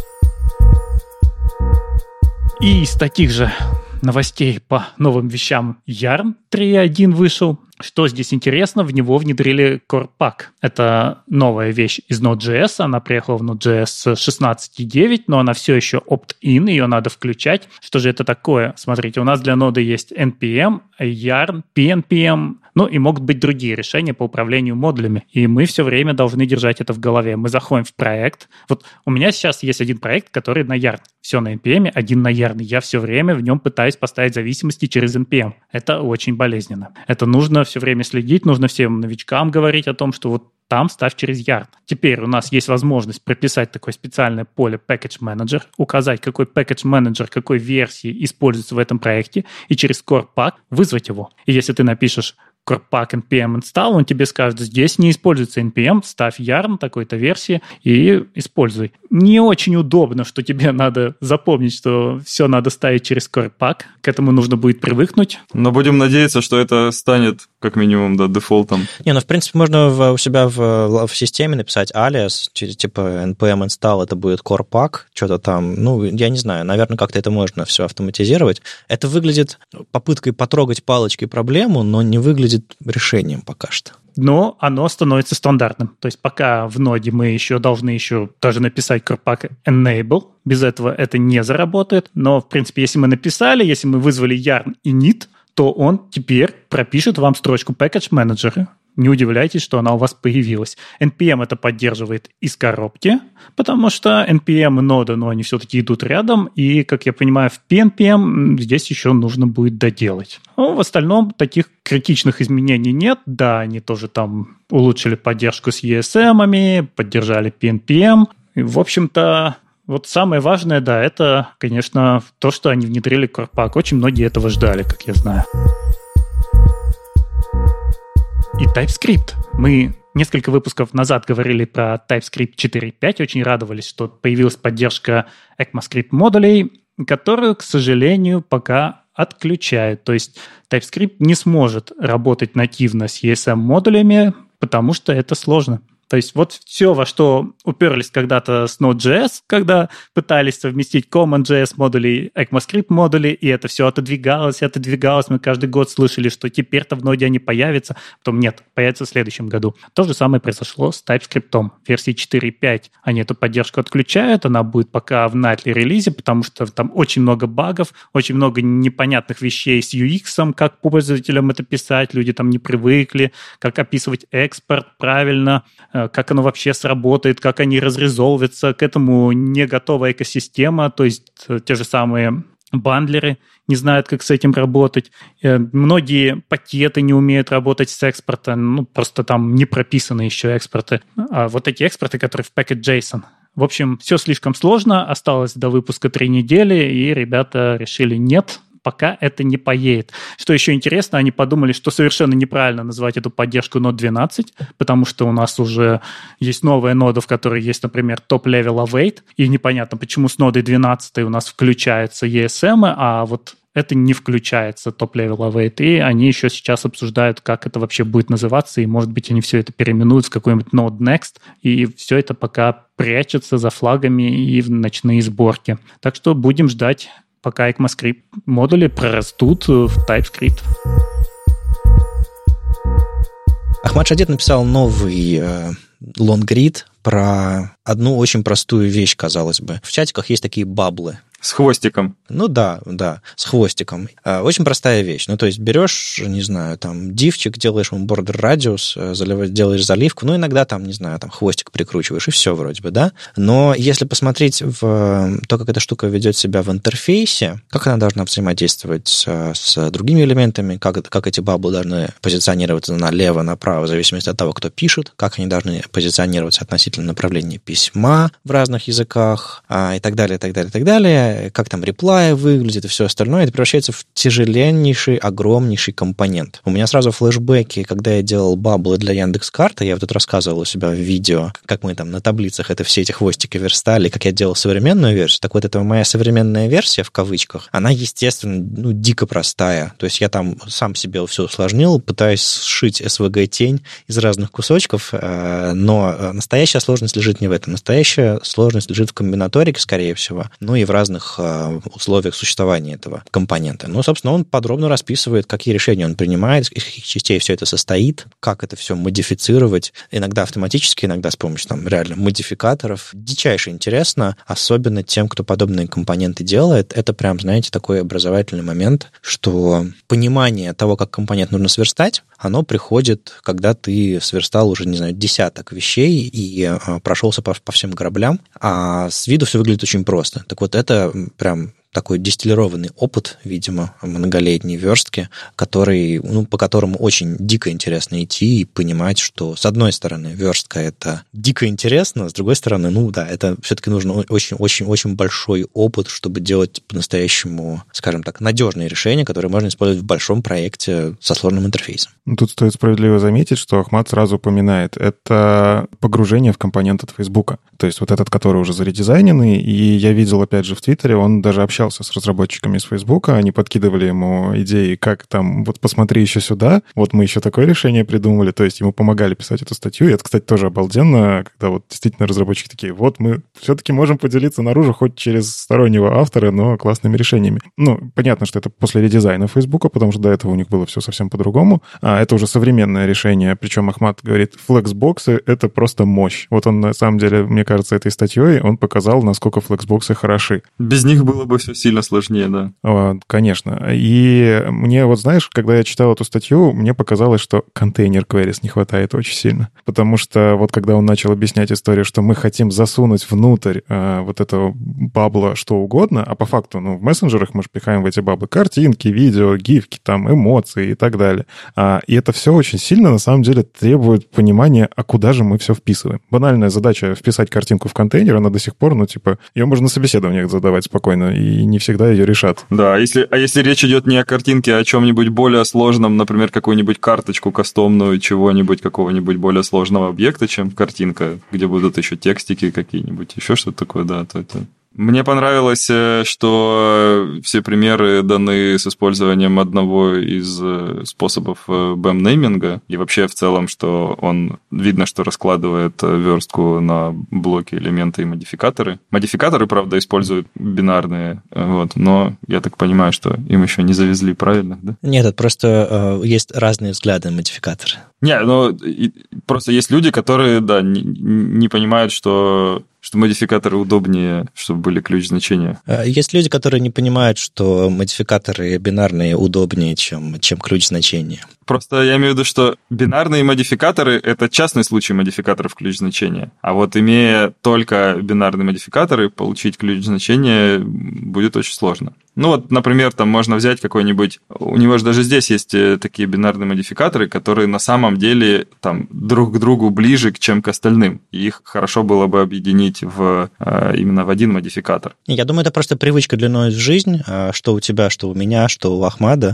И из таких же новостей по новым вещам Yarn три точка один вышел. Что здесь интересно, в него внедрили Core Pack. Это новая вещь из Node.js, она приехала в Node.js шестнадцать точка девять, но она все еще opt-in, ее надо включать. Что же это такое? Смотрите, у нас для ноды есть эн пи эм, Yarn, пи эн пи эм, ну и могут быть другие решения по управлению модулями. И мы все время должны держать это в голове. Мы заходим в проект. Вот у меня сейчас есть один проект, который на Yarn. Все на эн пи эм, один на Yarn. Я все время в нем пытаюсь поставить зависимости через эн пи эм. Это очень болезненно. Это нужно все время следить, нужно всем новичкам говорить о том, что вот там ставь через Yarn. Теперь у нас есть возможность прописать такое специальное поле Package Manager, указать, какой Package Manager, какой версии используется в этом проекте, и через Core Pack вызвать его. И если ты напишешь Core Pack эн пи эм install, он тебе скажет, здесь не используется эн пи эм, ставь Yarn такой-то версии и используй. Не очень удобно, что тебе надо запомнить, что все надо ставить через Core Pack. К этому нужно будет привыкнуть. Но будем надеяться, что это станет, как минимум, да, дефолтом. Не, ну, в принципе, можно в, у себя в, в системе написать alias, типа эн пи эм install, это будет Core Pack, что-то там, ну, я не знаю, наверное, как-то это можно все автоматизировать. Это выглядит попыткой потрогать палочкой проблему, но не выглядит решением пока что. Но оно становится стандартным. То есть пока в ноде мы еще должны еще даже написать Core Pack Enable, без этого это не заработает. Но, в принципе, если мы написали, если мы вызвали Yarn init, то он теперь пропишет вам строчку Package Manager. Не удивляйтесь, что она у вас появилась. эн пи эм это поддерживает из коробки, потому что эн пи эм и нода, ну, они все-таки идут рядом, и, как я понимаю, в пи эн пи эм здесь еще нужно будет доделать. Но в остальном таких критичных изменений нет. Да, они тоже там улучшили поддержку с и эс эм-ами, поддержали пи эн пи эм. И, в общем-то, вот самое важное, да, это, конечно, то, что они внедрили Core Pack. Очень многие этого ждали, как я знаю. И TypeScript. Мы несколько выпусков назад говорили про TypeScript четыре пять, очень радовались, что появилась поддержка ECMAScript модулей, которую, к сожалению, пока отключают. То есть TypeScript не сможет работать нативно с и эс эм-модулями, потому что это сложно. То есть вот все, во что уперлись когда-то с Node.js, когда пытались совместить Common.js модули, ECMAScript модули, и это все отодвигалось, отодвигалось. Мы каждый год слышали, что теперь-то в ноде они появятся, потом нет, появятся в следующем году. То же самое произошло с TypeScript. В версии четыре пять они эту поддержку отключают, она будет пока в nightly релизе, потому что там очень много багов, очень много непонятных вещей с ю экс, как пользователям это писать, люди там не привыкли, как описывать экспорт правильно, как оно вообще сработает, как они разрезолвятся, к этому не готова экосистема, то есть те же самые бандлеры не знают, как с этим работать. Многие пакеты не умеют работать с экспортом, ну, просто там не прописаны еще экспорты. А вот эти экспорты, которые в package.json. В общем, все слишком сложно, осталось до выпуска три недели, и ребята решили нет, пока это не поедет. Что еще интересно, они подумали, что совершенно неправильно называть эту поддержку нод двенадцать, потому что у нас уже есть новая нода, в которой есть, например, топ-level await, и непонятно, почему с нодой двенадцать у нас включаются и эс эм, а вот это не включается топ-level await, и они еще сейчас обсуждают, как это вообще будет называться, и, может быть, они все это переименуют в какой-нибудь Node Next, и все это пока прячется за флагами и в ночные сборки. Так что будем ждать, пока ECMAScript модули прорастут в TypeScript. Ахмад Шадид написал новый э, лонгрид про одну очень простую вещь, казалось бы. В чатиках есть такие баблы. С хвостиком. Ну да, да, с хвостиком. Очень простая вещь. Ну, то есть берешь, не знаю, там, дивчик, делаешь ему border radius, заливаешь, делаешь заливку, ну, иногда там, не знаю, там, хвостик прикручиваешь, и все вроде бы, да? Но если посмотреть в то, как эта штука ведет себя в интерфейсе, как она должна взаимодействовать с, с другими элементами, как, как эти баблы должны позиционироваться налево, направо, в зависимости от того, кто пишет, как они должны позиционироваться относительно направления письма в разных языках, а, и так далее, и так далее, и так далее, как там реплай выглядит и все остальное, это превращается в тяжеленнейший, огромнейший компонент. У меня сразу флешбеки, когда я делал баблы для Яндекс.Карты, я вот тут рассказывал у себя в видео, как мы там на таблицах это все эти хвостики верстали, как я делал современную версию. Так вот, это моя современная версия, в кавычках, она, естественно, ну, дико простая. То есть я там сам себе все усложнил, пытаясь сшить эс ви джи-тень из разных кусочков, но настоящая сложность лежит не в этом. Настоящая сложность лежит в комбинаторике, скорее всего, ну и в разных условиях существования этого компонента. Ну, собственно, он подробно расписывает, какие решения он принимает, из каких частей все это состоит, как это все модифицировать, иногда автоматически, иногда с помощью там реально модификаторов. Дичайше интересно, особенно тем, кто подобные компоненты делает. Это прям, знаете, такой образовательный момент, что понимание того, как компонент нужно сверстать, оно приходит, когда ты сверстал уже, не знаю, десяток вещей и а, прошелся по, по всем граблям, а с виду все выглядит очень просто. Так вот, это прям такой дистиллированный опыт, видимо, многолетней верстки, который, ну, по которому очень дико интересно идти и понимать, что, с одной стороны, верстка — это дико интересно, с другой стороны, ну да, это все-таки нужно очень-очень-очень большой опыт, чтобы делать по-настоящему, скажем так, надежные решения, которые можно использовать в большом проекте со сложным интерфейсом. Тут стоит справедливо заметить, что Ахмат сразу упоминает, это погружение в компонент от Фейсбука. То есть вот этот, который уже заредизайненный, и я видел, опять же, в Твиттере, он даже общался с разработчиками из Фейсбука, они подкидывали ему идеи, как там, вот посмотри еще сюда, вот мы еще такое решение придумали, то есть ему помогали писать эту статью, и это, кстати, тоже обалденно, когда вот действительно разработчики такие, вот мы все-таки можем поделиться наружу хоть через стороннего автора, но классными решениями. Ну, понятно, что это после редизайна Фейсбука, потому что до этого у них было все совсем по-другому, а это уже современное решение, причем Ахмат говорит, флексбоксы — это просто мощь. Вот он, на самом деле, мне кажется, этой статьей он показал, насколько флексбоксы хороши. Без них было бы все сильно сложнее, да. О, конечно. И мне вот, знаешь, когда я читал эту статью, мне показалось, что контейнер queries не хватает очень сильно. Потому что вот когда он начал объяснять историю, что мы хотим засунуть внутрь э, вот этого бабла что угодно, а по факту, ну, в мессенджерах мы же пихаем в эти баблы картинки, видео, гифки, там, эмоции и так далее. А, и это все очень сильно, на самом деле, требует понимания, а куда же мы все вписываем. Банальная задача вписать картинку в контейнер, она до сих пор, ну, типа, ее можно на собеседованиях задавать спокойно, и не всегда ее решат. Да, а если, а если речь идет не о картинке, а о чем-нибудь более сложном, например, какую-нибудь карточку кастомную, чего-нибудь, какого-нибудь более сложного объекта, чем картинка, где будут еще текстики какие-нибудь, еще что-то такое, да, то это... Мне понравилось, что все примеры даны с использованием одного из способов би эм-нейминга, и вообще в целом, что он, видно, что раскладывает верстку на блоки, элементы и модификаторы. Модификаторы, правда, используют бинарные, вот, но я так понимаю, что им еще не завезли правильных, да? Нет, это просто э, есть разные взгляды на модификаторы. Не, ну, просто есть люди, которые, да, не, не понимают, что... что модификаторы удобнее, чтобы были ключ-значения. Есть люди, которые не понимают, что модификаторы бинарные удобнее, чем, чем ключ-значения. Просто я имею в виду, что бинарные модификаторы — это частный случай модификаторов ключ-значения. А вот имея только бинарные модификаторы, получить ключ-значение будет очень сложно. Ну вот, например, там можно взять какой-нибудь... У него же даже здесь есть такие бинарные модификаторы, которые на самом деле там друг к другу ближе, чем к остальным. И их хорошо было бы объединить в, именно в один модификатор. Я думаю, это просто привычка длиной в жизнь, что у тебя, что у меня, что у Ахмада.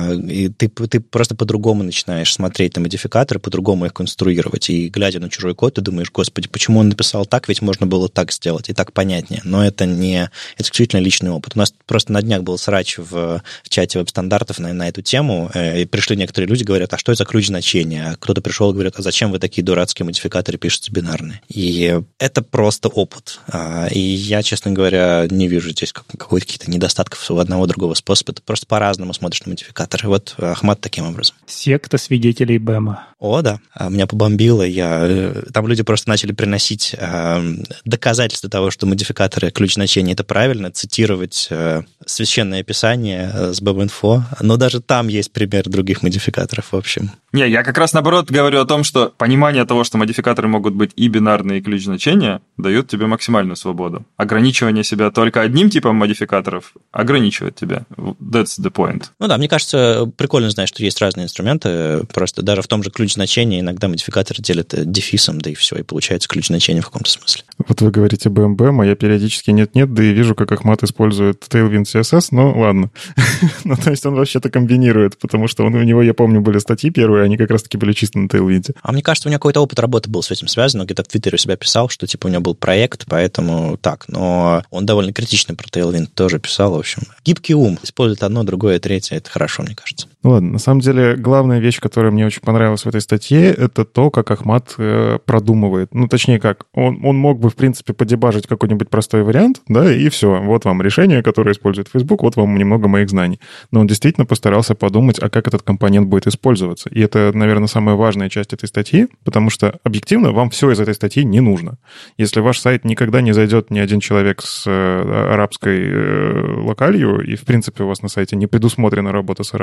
И ты, ты просто по-другому начинаешь смотреть на модификаторы, по-другому их конструировать. И глядя на чужой код, ты думаешь, господи, почему он написал так, ведь можно было так сделать, и так понятнее. Но это не... Это исключительно личный опыт. У нас просто на днях был срач в, в чате веб-стандартов на, на эту тему, и пришли некоторые люди, говорят, а что это за ключ-значение? А кто-то пришел и говорит, а зачем вы такие дурацкие модификаторы пишете бинарные? И это просто опыт. И я, честно говоря, не вижу здесь каких-то недостатков у одного другого способа. Это просто по-разному смотришь на модификаторы. Вот Ахмат таким образом. Секта свидетелей БЭМа. О, да. Меня побомбило. Я... Там люди просто начали приносить доказательства того, что модификаторы ключ-значения — это правильно, цитировать священное писание с BEM-инфо, но даже там есть пример других модификаторов, в общем. Не, я как раз наоборот говорю о том, что понимание того, что модификаторы могут быть и бинарные, и ключ-значения, дает тебе максимальную свободу. Ограничивание себя только одним типом модификаторов ограничивает тебя. That's the point. Ну да, мне кажется, прикольно знать, что есть разные инструменты. Просто даже в том же ключ-значении иногда модификаторы делят дефисом, да и все, и получается ключ-значение в каком-то смысле. Вот вы говорите би эм би эм, а я периодически нет-нет, да и вижу, как Ахмат использует Tailwind си эс эс, но ладно. Ну, то есть он вообще-то комбинирует, потому что он, у него, я помню, были статьи первые, они как раз-таки были чисто на Tailwind. А мне кажется, у него какой-то опыт работы был с этим связан, он где-то в Твиттере у себя писал, что типа у него был проект, поэтому так, но он довольно критично про Tailwind тоже писал, в общем. Гибкий ум, использует одно, другое, третье, это хорошо, мне кажется. Ну ладно, на самом деле главная вещь, которая мне очень понравилась в этой статье, это то, как Ахмат э, продумывает. Ну, точнее как, он, он мог бы, в принципе, подебажить какой-нибудь простой вариант, да, и все. Вот вам решение, которое использует Facebook, вот вам немного моих знаний. Но он действительно постарался подумать, а как этот компонент будет использоваться. И это, наверное, самая важная часть этой статьи, потому что объективно вам все из этой статьи не нужно. Если ваш сайт никогда не зайдет ни один человек с э, арабской э, локалью, и, в принципе, у вас на сайте не предусмотрена работа с арабской локалью,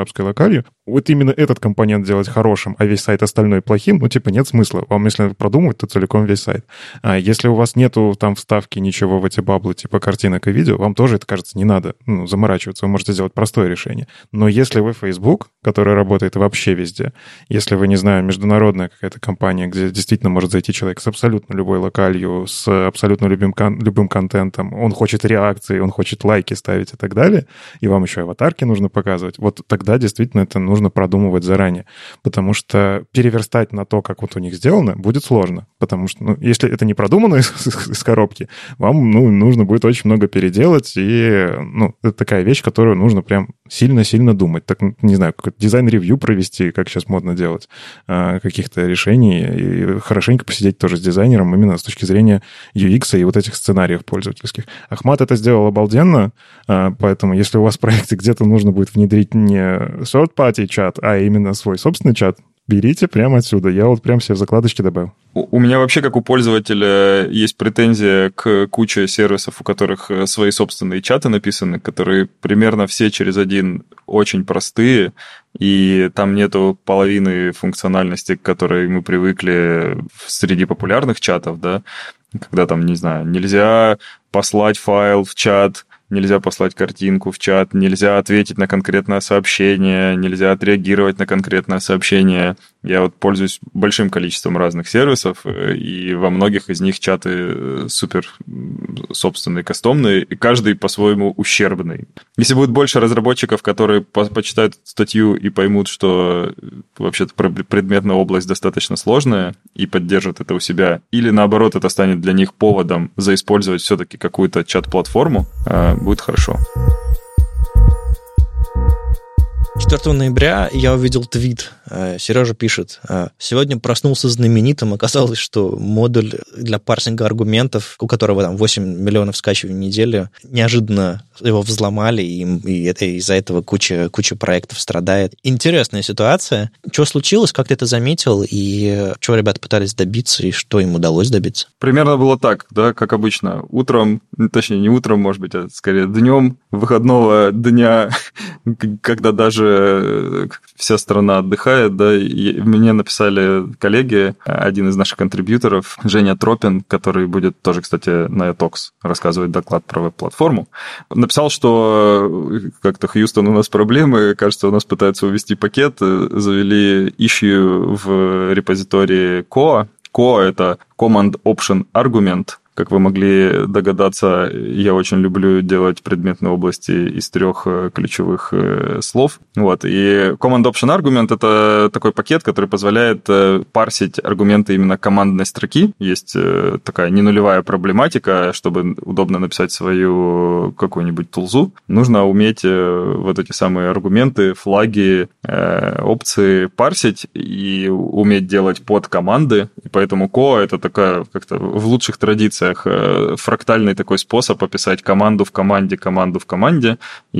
локалью, вот именно этот компонент делать хорошим, а весь сайт остальной плохим, ну, типа, нет смысла. Вам, если продумывать, то целиком весь сайт. А если у вас нету там вставки ничего в эти баблы, типа картинок и видео, вам тоже это, кажется, не надо ну, заморачиваться. Вы можете сделать простое решение. Но если вы Facebook, который работает вообще везде, если вы, не знаю, международная какая-то компания, где действительно может зайти человек с абсолютно любой локалью, с абсолютно любым, любым контентом, он хочет реакции, он хочет лайки ставить и так далее, и вам еще аватарки нужно показывать, вот тогда действительно это нужно продумывать заранее, потому что переверстать на то, как вот у них сделано, будет сложно, потому что, ну, если это не продумано из, из коробки, вам, ну, нужно будет очень много переделать, и, ну, это такая вещь, которую нужно прям сильно-сильно думать, так, не знаю, какой-то дизайн-ревью провести, как сейчас модно делать, каких-то решений, и хорошенько посидеть тоже с дизайнером именно с точки зрения ю экс и вот этих сценариев пользовательских. Ахмат это сделал обалденно, поэтому если у вас в проекте где-то нужно будет внедрить не third-party чат, а именно свой собственный чат, берите прямо отсюда. Я вот прям себе в закладочки добавил. У меня вообще, как у пользователя, есть претензия к куче сервисов, у которых свои собственные чаты написаны, которые примерно все через один очень простые, и там нету половины функциональности, к которой мы привыкли среди популярных чатов, да, когда там, не знаю, нельзя послать файл в чат, нельзя послать картинку в чат, нельзя ответить на конкретное сообщение, нельзя отреагировать на конкретное сообщение. Я вот пользуюсь большим количеством разных сервисов, и во многих из них чаты супер собственные, кастомные, и каждый по-своему ущербный. Если будет больше разработчиков, которые по- почитают статью и поймут, что вообще-то предметная область достаточно сложная, и поддержат это у себя, или наоборот, это станет для них поводом заиспользовать все-таки какую-то чат-платформу, будет хорошо. четвёртого ноября я увидел твит. Сережа пишет: сегодня проснулся знаменитым. Оказалось, что модуль для парсинга аргументов, у которого там восемь миллионов скачиваний в неделю, неожиданно его взломали, и, и это, из-за этого куча, куча проектов страдает. Интересная ситуация. Что случилось, как ты это заметил, и чего ребята пытались добиться, и что им удалось добиться? Примерно было так, да, как обычно. Утром, точнее, не утром, может быть, а скорее днем выходного дня, когда даже вся страна отдыхает, да, и мне написали коллеги, один из наших контрибьюторов, Женя Тропин, который будет тоже, кстати, на Etox рассказывать доклад про веб-платформу, написал, что как-то, Хьюстон, у нас проблемы, кажется, у нас пытаются увести пакет, завели issue в репозитории коа. коа — это Command Option Argument. Как вы могли догадаться, я очень люблю делать предметные области из трех ключевых слов. Вот. И Command Option Argument — это такой пакет, который позволяет парсить аргументы именно командной строки. Есть такая ненулевая проблематика, чтобы удобно написать свою какую-нибудь тулзу. Нужно уметь вот эти самые аргументы, флаги, опции парсить и уметь делать подкоманды. И поэтому коа — это такая как-то в лучших традициях фрактальный такой способ описать команду в команде, команду в команде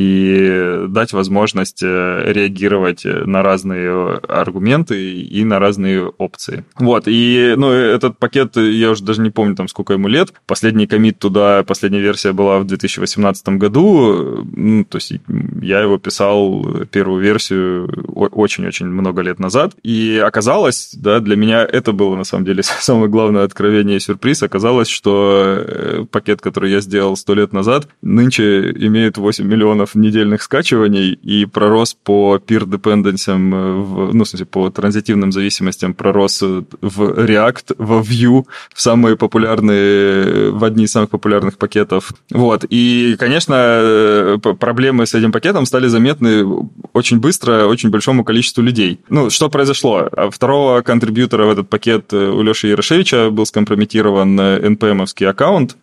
и дать возможность реагировать на разные аргументы и на разные опции. Вот, и ну, этот пакет, я уже даже не помню, там, сколько ему лет. Последний коммит туда, последняя версия была в две тысячи восемнадцатом году. Ну, то есть я его писал, первую версию, очень-очень много лет назад. И оказалось, да, для меня это было, на самом деле, самое главное откровение и сюрприз. Оказалось, что пакет, который я сделал сто лет назад, нынче имеет восемь миллионов недельных скачиваний и пророс по peer-dependency'ам, в, ну, в смысле, по транзитивным зависимостям пророс в React, во Vue, в самые популярные, в одни из самых популярных пакетов. Вот. И, конечно, проблемы с этим пакетом стали заметны очень быстро очень большому количеству людей. Ну, что произошло? Второго контрибьютора в этот пакет у Леши Ярошевича был скомпрометирован эн пи эм-овский аккаунт,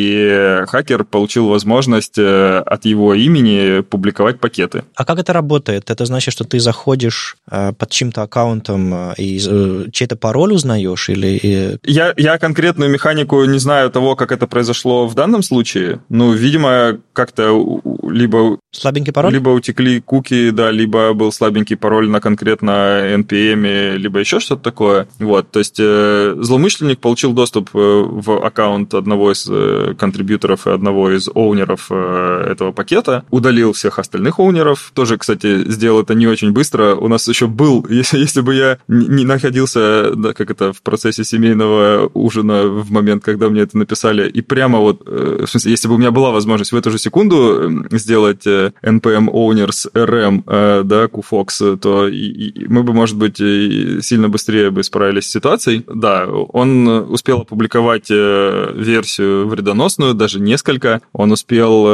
и хакер получил возможность от его имени публиковать пакеты. А как это работает? Это значит, что ты заходишь под чьим-то аккаунтом и чей-то пароль узнаешь? Или... Я, я конкретную механику не знаю того, как это произошло в данном случае. Ну, видимо, как-то либо... Слабенький пароль? Либо утекли куки, да, либо был слабенький пароль на конкретно эн пи эм, либо еще что-то такое. Вот, то есть злоумышленник получил доступ в аккаунт аккаунт одного из контрибьюторов и одного из оунеров этого пакета, удалил всех остальных оунеров. Тоже, кстати, сделал это не очень быстро. У нас еще был, если, если бы я не находился, да, как это, в процессе семейного ужина в момент, когда мне это написали, и прямо вот, в смысле, если бы у меня была возможность в эту же секунду сделать эн пи эм owners эр эм, да, kufox, то и, и мы бы, может быть, сильно быстрее бы справились с ситуацией. Да, он успел опубликовать версию вредоносную, даже несколько. Он успел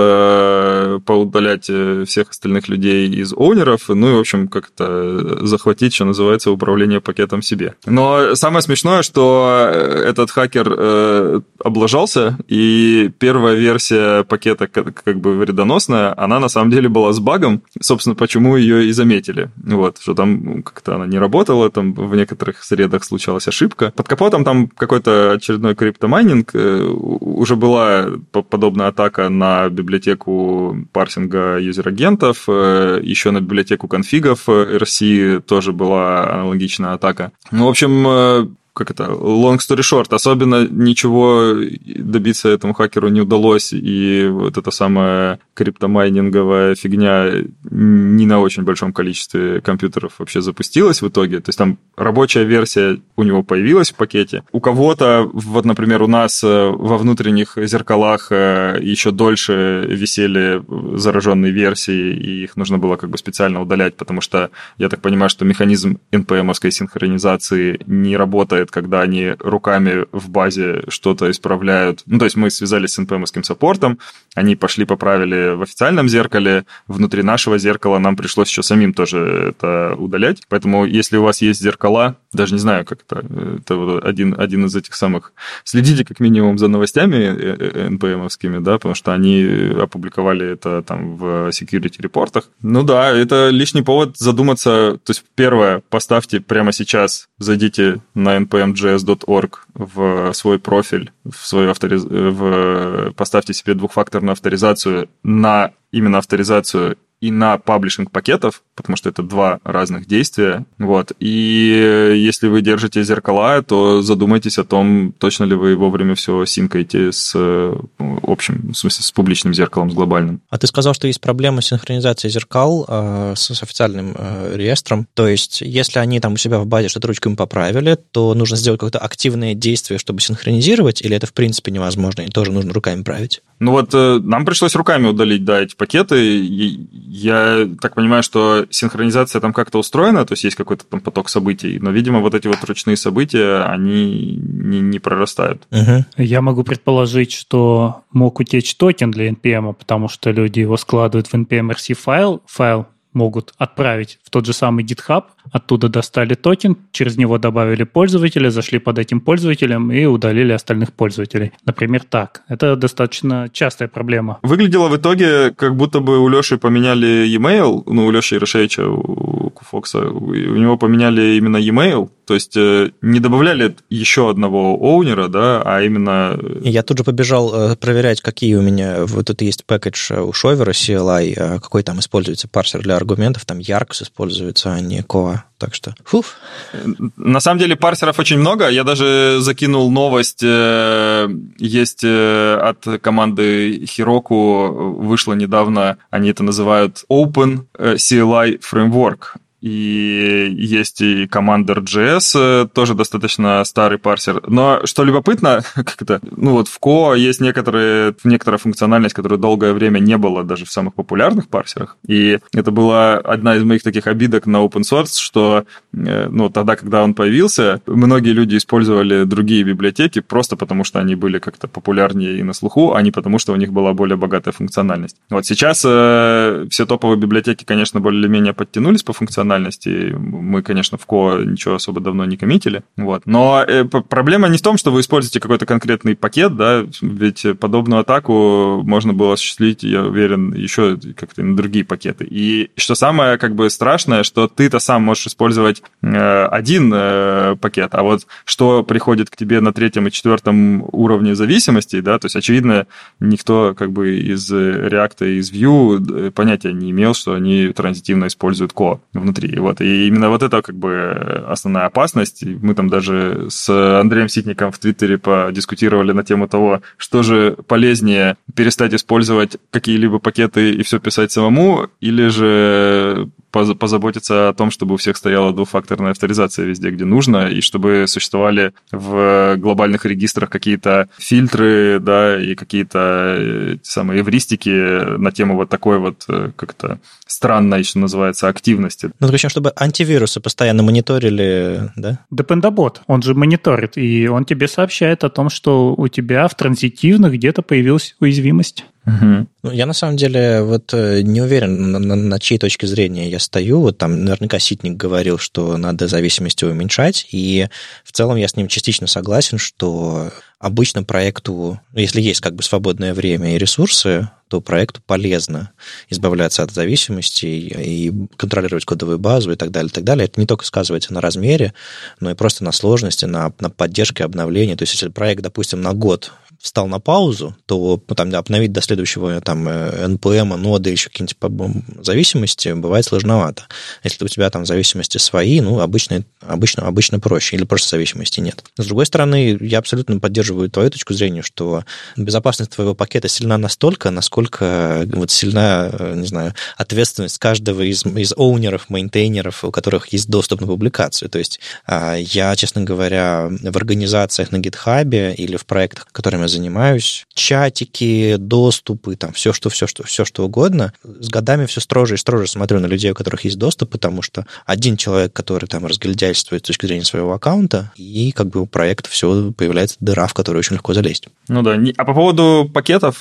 поудалять всех остальных людей из оунеров, ну и, в общем, как-то захватить, что называется, управление пакетом себе. Но самое смешное, что этот хакер облажался, и первая версия пакета, как бы вредоносная, она на самом деле была с багом, собственно, почему ее и заметили. Вот, что там как-то она не работала, там в некоторых средах случалась ошибка. Под капотом там какой-то очередной криптомайнинг, уже была подобная атака на библиотеку парсинга юзер-агентов, еще на библиотеку конфигов эр си тоже была аналогичная атака. Ну, в общем, как это, long story short, особенно ничего добиться этому хакеру не удалось, и вот эта самая криптомайнинговая фигня не на очень большом количестве компьютеров вообще запустилась в итоге. То есть там рабочая версия у него появилась в пакете. У кого-то, вот, например, у нас во внутренних зеркалах еще дольше висели зараженные версии, и их нужно было как бы специально удалять, потому что, я так понимаю, что механизм эн пи эм-овской синхронизации не работает, когда они руками в базе что-то исправляют. Ну, то есть мы связались с эн пи эм-овским саппортом, они пошли поправили в официальном зеркале, внутри нашего зеркала нам пришлось еще самим тоже это удалять. Поэтому если у вас есть зеркала, даже не знаю, как это, это вот один, один из этих самых... Следите как минимум за новостями эн пи эм-овскими, да, потому что они опубликовали это там в security-репортах. Ну да, это лишний повод задуматься. То есть первое, поставьте прямо сейчас, зайдите на эн пи эм джей эс точка орг в свой профиль, в свою авториз... в... поставьте себе двухфакторную авторизацию на именно авторизацию и на паблишинг пакетов, потому что это два разных действия. Вот. И если вы держите зеркала, то задумайтесь о том, точно ли вы вовремя все синкаете с общим, в смысле, с публичным зеркалом, с глобальным. А ты сказал, что есть проблема синхронизации зеркал э, с, с официальным э, реестром. То есть, если они там у себя в базе что-то ручками поправили, то нужно сделать какое-то активное действие, чтобы синхронизировать, или это в принципе невозможно, и тоже нужно руками править? Ну вот э, нам пришлось руками удалить, да, эти пакеты. И я так понимаю, что синхронизация там как-то устроена, то есть есть какой-то там поток событий, но, видимо, вот эти вот ручные события, они не, не прорастают. Угу. Я могу предположить, что мог утечь токен для эн пи эм, потому что люди его складывают в эн пи эм эр си файл, файл могут отправить в тот же самый GitHub, оттуда достали токен, через него добавили пользователя, зашли под этим пользователем и удалили остальных пользователей. Например, так. Это достаточно частая проблема. Выглядело в итоге, как будто бы у Леши поменяли e-mail, ну, у Леши Ярошевича, у Kufox, у него поменяли именно e-mail, то есть не добавляли еще одного оунера, да, а именно... Я тут же побежал проверять, какие у меня... Вот тут есть пэкэдж у Шовера, си эл ай, какой там используется парсер для аргументов, там Yarks используется, а не Коа. Так что, фуф. На самом деле парсеров очень много. Я даже закинул новость. Есть от команды Heroku, вышло недавно, они это называют Open си эл ай Framework. И есть и Commander джей эс, тоже достаточно старый парсер. Но что любопытно, как это, ну вот в Ко есть некоторые, некоторая функциональность, которой долгое время не было даже в самых популярных парсерах. И это была одна из моих таких обидок на open source, что ну, тогда, когда он появился, многие люди использовали другие библиотеки просто потому, что они были как-то популярнее и на слуху, а не потому, что у них была более богатая функциональность. Вот сейчас э, все топовые библиотеки, конечно, более-менее подтянулись по функциональности. Мы, конечно, в Ко ничего особо давно не коммитили. Вот. Но э, проблема не в том, что вы используете какой-то конкретный пакет, да, ведь подобную атаку можно было осуществить, я уверен, еще как-то на другие пакеты. И что самое как бы страшное, что ты-то сам можешь использовать э, один э, пакет, а вот что приходит к тебе на третьем и четвертом уровне зависимости, да, то есть, очевидно, никто как бы из React и из Vue понятия не имел, что они транзитивно используют Ко внутри внутри. Вот. И именно вот это как бы основная опасность. Мы там даже с Андреем Ситником в Твиттере подискутировали на тему того, что же полезнее, перестать использовать какие-либо пакеты и все писать самому, или же позаботиться о том, чтобы у всех стояла двухфакторная авторизация везде, где нужно, и чтобы существовали в глобальных регистрах какие-то фильтры, да, и какие-то самые эвристики на тему вот такой вот как-то странной, что называется, активности. Ну, причем, чтобы антивирусы постоянно мониторили, да? Dependabot, он же мониторит, и он тебе сообщает о том, что у тебя в транзитивных где-то появилась уязвимость. Угу. Ну, я на самом деле вот не уверен, на, на, на чьей точке зрения я стою. Вот там наверняка Ситник говорил, что надо зависимости уменьшать, и в целом я с ним частично согласен, что обычно проекту, если есть как бы свободное время и ресурсы, то проекту полезно избавляться от зависимостей и контролировать кодовую базу и так далее, и так далее. Это не только сказывается на размере, но и просто на сложности, на, на поддержке обновления. То есть, если проект, допустим, на год встал на паузу, то ну, там, обновить до следующего там, эн пи эм, ноды, еще какие-нибудь зависимости бывает сложновато. Если у тебя там зависимости свои, ну, обычно, обычно, обычно проще, или просто зависимости нет. С другой стороны, я абсолютно поддерживаю твою точку зрения, что безопасность твоего пакета сильна настолько, насколько вот сильна, не знаю, ответственность каждого из, из оунеров, мейнтейнеров, у которых есть доступ на публикацию. То есть я, честно говоря, в организациях на GitHub или в проектах, которыми занимаюсь, чатики, доступы, там все, что, все, что, все, что угодно. С годами все строже и строже смотрю на людей, у которых есть доступ, потому что один человек, который там разгильдяйствует с точки зрения своего аккаунта, и как бы у проекта все появляется дыра, в которую очень легко залезть. Ну да. А по поводу пакетов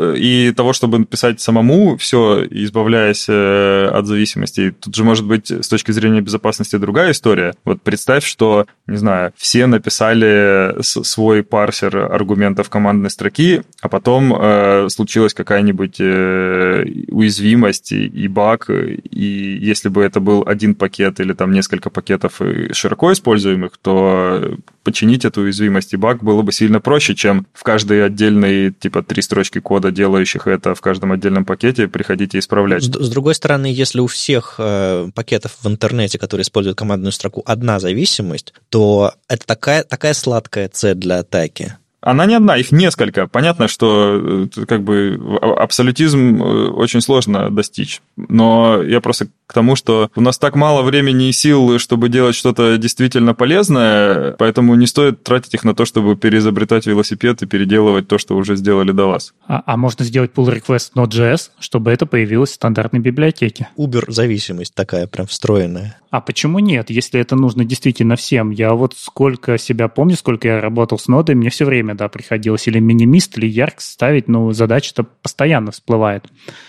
и того, чтобы писать самому все, избавляясь от зависимостей, тут же может быть с точки зрения безопасности другая история. Вот представь, что, не знаю, все написали свой парсер аргументов командной строки, а потом э, случилась какая-нибудь э, уязвимость и, и баг, и если бы это был один пакет или там несколько пакетов широко используемых, то починить эту уязвимость и баг было бы сильно проще, чем в каждой отдельной, типа, три строчки кода, делающих это в каждом отдельном пакете, приходить и исправлять. С, с другой стороны, если у всех э, пакетов в интернете, которые используют командную строку, одна зависимость, то это такая, такая сладкая цель для атаки. Она не одна, их несколько. Понятно, что как бы абсолютизм очень сложно достичь. Но я просто к тому, что у нас так мало времени и сил, чтобы делать что-то действительно полезное, поэтому не стоит тратить их на то, чтобы переизобретать велосипед и переделывать то, что уже сделали до вас. А, а можно сделать pull request Node.js, чтобы это появилось в стандартной библиотеке. Uber-зависимость такая прям встроенная. А почему нет, если это нужно действительно всем? Я вот сколько себя помню, сколько я работал с нодой, мне все время, да, приходилось или минимист, или ярк ставить, но задача-то постоянно всплывает.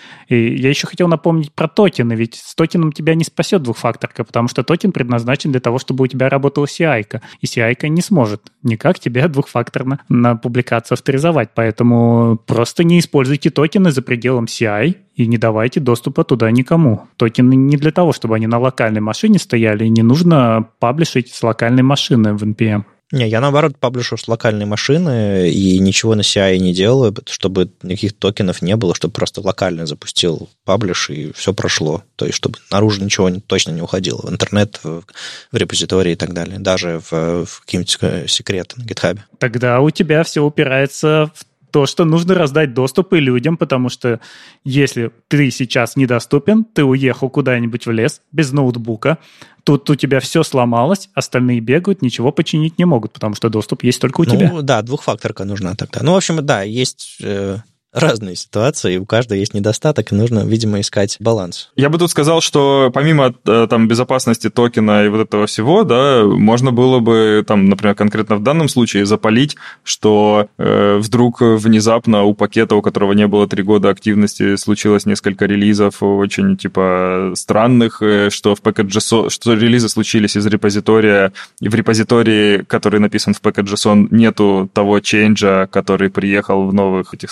И я еще хотел напомнить про токены, ведь с токеном тебя не спасет двухфакторка, потому что токен предназначен для того, чтобы у тебя работала си ай-ка, и си ай-ка не сможет никак тебя двухфакторно на публикацию авторизовать, поэтому просто не используйте токены за пределом си ай и не давайте доступа туда никому. Токены не для того, чтобы они на локальной машине стояли, и не нужно паблишить с локальной машины в эн пи эм. Не, я, наоборот, паблишу с локальной машины и ничего на си ай не делаю, чтобы никаких токенов не было, чтобы просто локально запустил паблиш, и все прошло. То есть, чтобы наружу ничего точно не уходило. В интернет, в, в репозитории и так далее. Даже в, в какие-нибудь секреты на GitHub. Тогда у тебя все упирается в то, что нужно раздать доступы людям, потому что если ты сейчас недоступен, ты уехал куда-нибудь в лес без ноутбука, тут у тебя все сломалось, остальные бегают, ничего починить не могут, потому что доступ есть только у ну, тебя. Ну да, двухфакторка нужна тогда. Ну, в общем, да, есть... Э... разные ситуации, у каждой есть недостаток, и нужно, видимо, искать баланс. Я бы тут сказал, что помимо там безопасности токена и вот этого всего, да, можно было бы, там, например, конкретно в данном случае запалить, что э, вдруг внезапно у пакета, у которого не было три года активности, случилось несколько релизов очень, типа, странных, что в package.json, что релизы случились из репозитория, и в репозитории, который написан в package.json, нету того чейнджа, который приехал в новых этих самых. Ну, то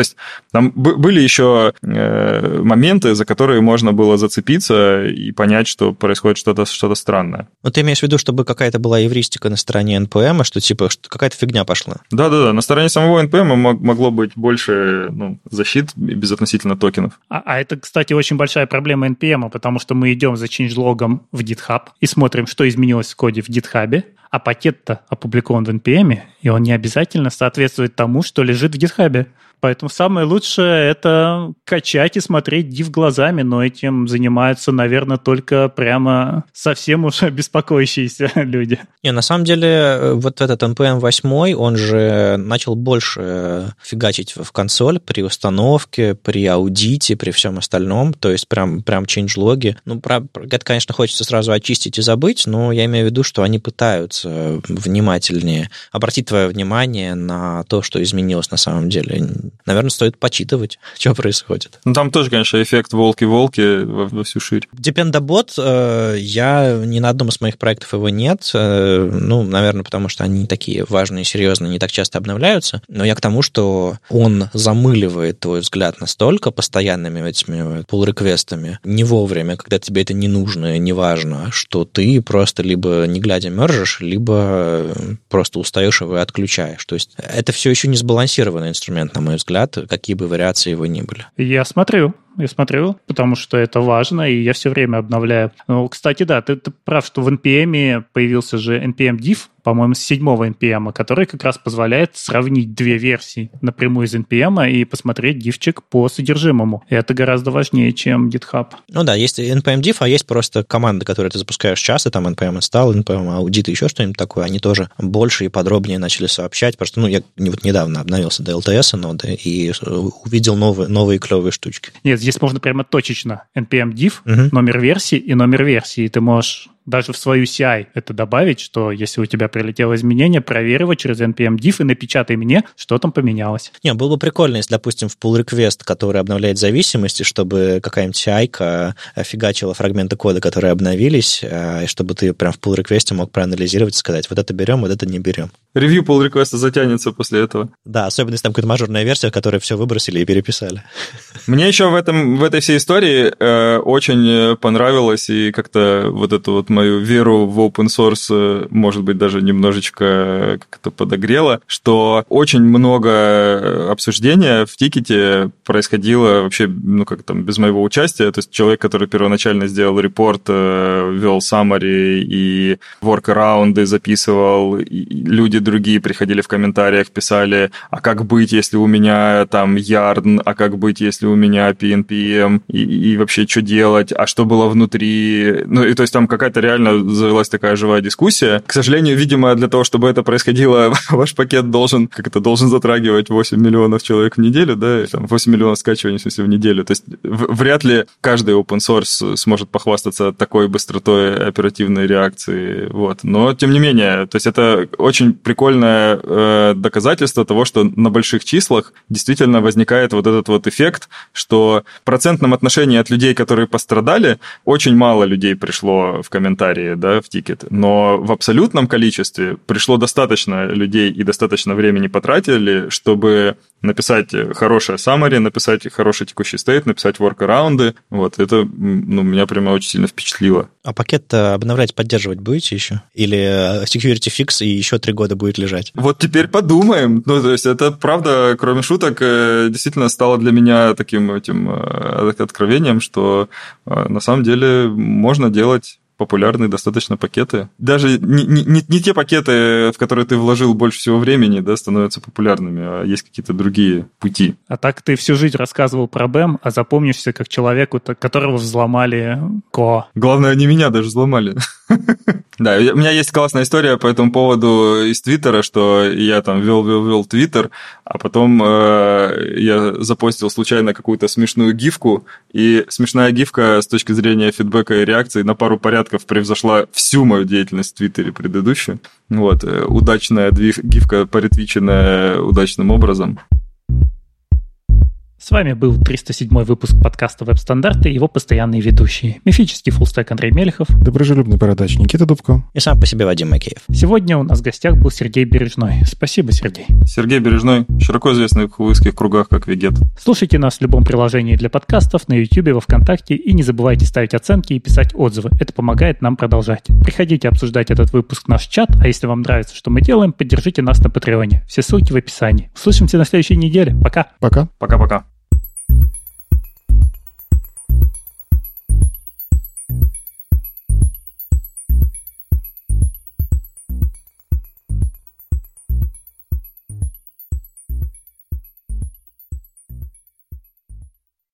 есть там б- были еще э, моменты, за которые можно было зацепиться и понять, что происходит что-то, что-то странное. Ну, ты имеешь в виду, чтобы какая-то была эвристика на стороне эн пи эм, что типа что какая-то фигня пошла? Да-да-да, на стороне самого эн пи эм могло быть больше ну, защит безотносительно токенов. А, а это, кстати, очень большая проблема эн пи эм, потому что мы идем за changelog'ом в GitHub и смотрим, что изменилось в коде в GitHub, а пакет-то опубликован в эн пи эм, и он не обязательно соответствует тому, что лежит в GitHub. Поэтому самое лучшее – это качать и смотреть div глазами, но этим занимаются, наверное, только прямо совсем уж беспокоящиеся люди. Не, на самом деле, вот этот эн пи эм восемь, он же начал больше фигачить в консоль при установке, при аудите, при всем остальном, то есть прям, прям changelog'и. Ну, про, это, конечно, хочется сразу очистить и забыть, но я имею в виду, что они пытаются внимательнее обратить твое внимание на то, что изменилось на самом деле. Наверное, стоит почитывать, что происходит. Ну, там тоже, конечно, эффект волки-волки во, во всю ширь. Dependabot, я ни на одном из моих проектов его нет. Ну, наверное, потому что они такие важные, серьезные, не так часто обновляются. Но я к тому, что он замыливает твой взгляд настолько постоянными этими pull-реквестами, не вовремя, когда тебе это не нужно, не важно, что ты просто либо не глядя мержишь, либо просто устаешь его и отключаешь. То есть это все еще не сбалансированный инструмент, на мой взгляд, какие бы вариации его ни были. Я смотрю. Я смотрю, потому что это важно, и я все время обновляю. Ну, кстати, да, ты, ты прав, что в эн пи эм появился же эн пи эм-div, по-моему, с седьмого эн пи эм, который как раз позволяет сравнить две версии напрямую из эн пи эм и посмотреть дивчик по содержимому. И это гораздо важнее, чем GitHub. Ну да, есть эн пи эм-div, а есть просто команды, которые ты запускаешь часто, там эн пи эм install, эн пи эм audit, еще что-нибудь такое, они тоже больше и подробнее начали сообщать, потому что, ну, я вот недавно обновился до эл ти эс-ноды и увидел новые, новые клевые штучки. Нет, здесь можно прямо точечно эн пи эм-div, uh-huh. номер версии и номер версии. Ты можешь даже в свою си ай это добавить, что если у тебя прилетело изменение, проверь его через эн пи эм-div и напечатай мне, что там поменялось. Не, было бы прикольно, если, допустим, в pull request, который обновляет зависимости, чтобы какая-нибудь си ай-ка фигачила фрагменты кода, которые обновились, и чтобы ты прям в pull request мог проанализировать и сказать, вот это берем, вот это не берем. Ревью pull request затянется после этого. Да, особенно если там какая-то мажорная версия, которую все выбросили и переписали. Мне еще в, этом, в этой всей истории э, очень понравилось, и как-то вот эту вот мою веру в open source, может быть, даже немножечко как-то подогрело, что очень много обсуждения в тикете происходило вообще, ну, как там, без моего участия. То есть человек, который первоначально сделал репорт, вел summary и workaround записывал, и люди другие приходили в комментариях, писали, а как быть, если у меня там Yarn, а как быть, если у меня пи эн пи эм, и, и вообще что делать, а что было внутри. Ну, и то есть там какая-то реально завелась такая живая дискуссия. К сожалению, видимо, для того, чтобы это происходило, ваш пакет должен, как это, должен затрагивать восемь миллионов человек в неделю, да, там восемь миллионов скачиваний, в смысле, в неделю. То есть вряд ли каждый open source сможет похвастаться такой быстротой оперативной реакции, вот. Но, тем не менее, то есть это очень прикольное э, доказательство того, что на больших числах действительно возникает вот этот вот эффект, что в процентном отношении от людей, которые пострадали, очень мало людей пришло в комментарии, да, в тикет, но в абсолютном количестве пришло достаточно людей и достаточно времени потратили, чтобы написать хорошее summary, написать хороший текущий стейт, написать workaround. Вот, это, ну, меня прямо очень сильно впечатлило. А пакет обновлять, поддерживать будете еще? Или security fix и еще три года будет лежать? Вот теперь подумаем. Ну, то есть это, правда, кроме шуток, действительно стало для меня таким этим откровением, что на самом деле можно делать популярные достаточно пакеты. Даже не, не, не те пакеты, в которые ты вложил больше всего времени, да, становятся популярными, а есть какие-то другие пути. А так ты всю жизнь рассказывал про БЭМ, а запомнишься как человеку, которого взломали ко. Главное, они меня даже взломали. Да, у меня есть классная история по этому поводу из Твиттера, что я там вел-вел-вел Твиттер, а потом э, я запостил случайно какую-то смешную гифку, и смешная гифка с точки зрения фидбэка и реакции на пару порядков превзошла всю мою деятельность в Твиттере предыдущую. Вот, удачная гифка, поретвиченная удачным образом. С вами был триста седьмой выпуск подкаста «Веб-стандарты» и его постоянные ведущие. Мифический фуллстек Андрей Мелехов. Доброжелюбный бородач Никита Дубко. И сам по себе Вадим Макеев. Сегодня у нас в гостях был Сергей Бережной. Спасибо, Сергей. Сергей Бережной, широко известный в узких кругах как Вегет. Слушайте нас в любом приложении для подкастов, на YouTube, во ВКонтакте, и не забывайте ставить оценки и писать отзывы. Это помогает нам продолжать. Приходите обсуждать этот выпуск в наш чат, а если вам нравится, что мы делаем, поддержите нас на Патреоне. Все ссылки в описании. Услышимся на следующей неделе. Пока. Пока. Пока-пока.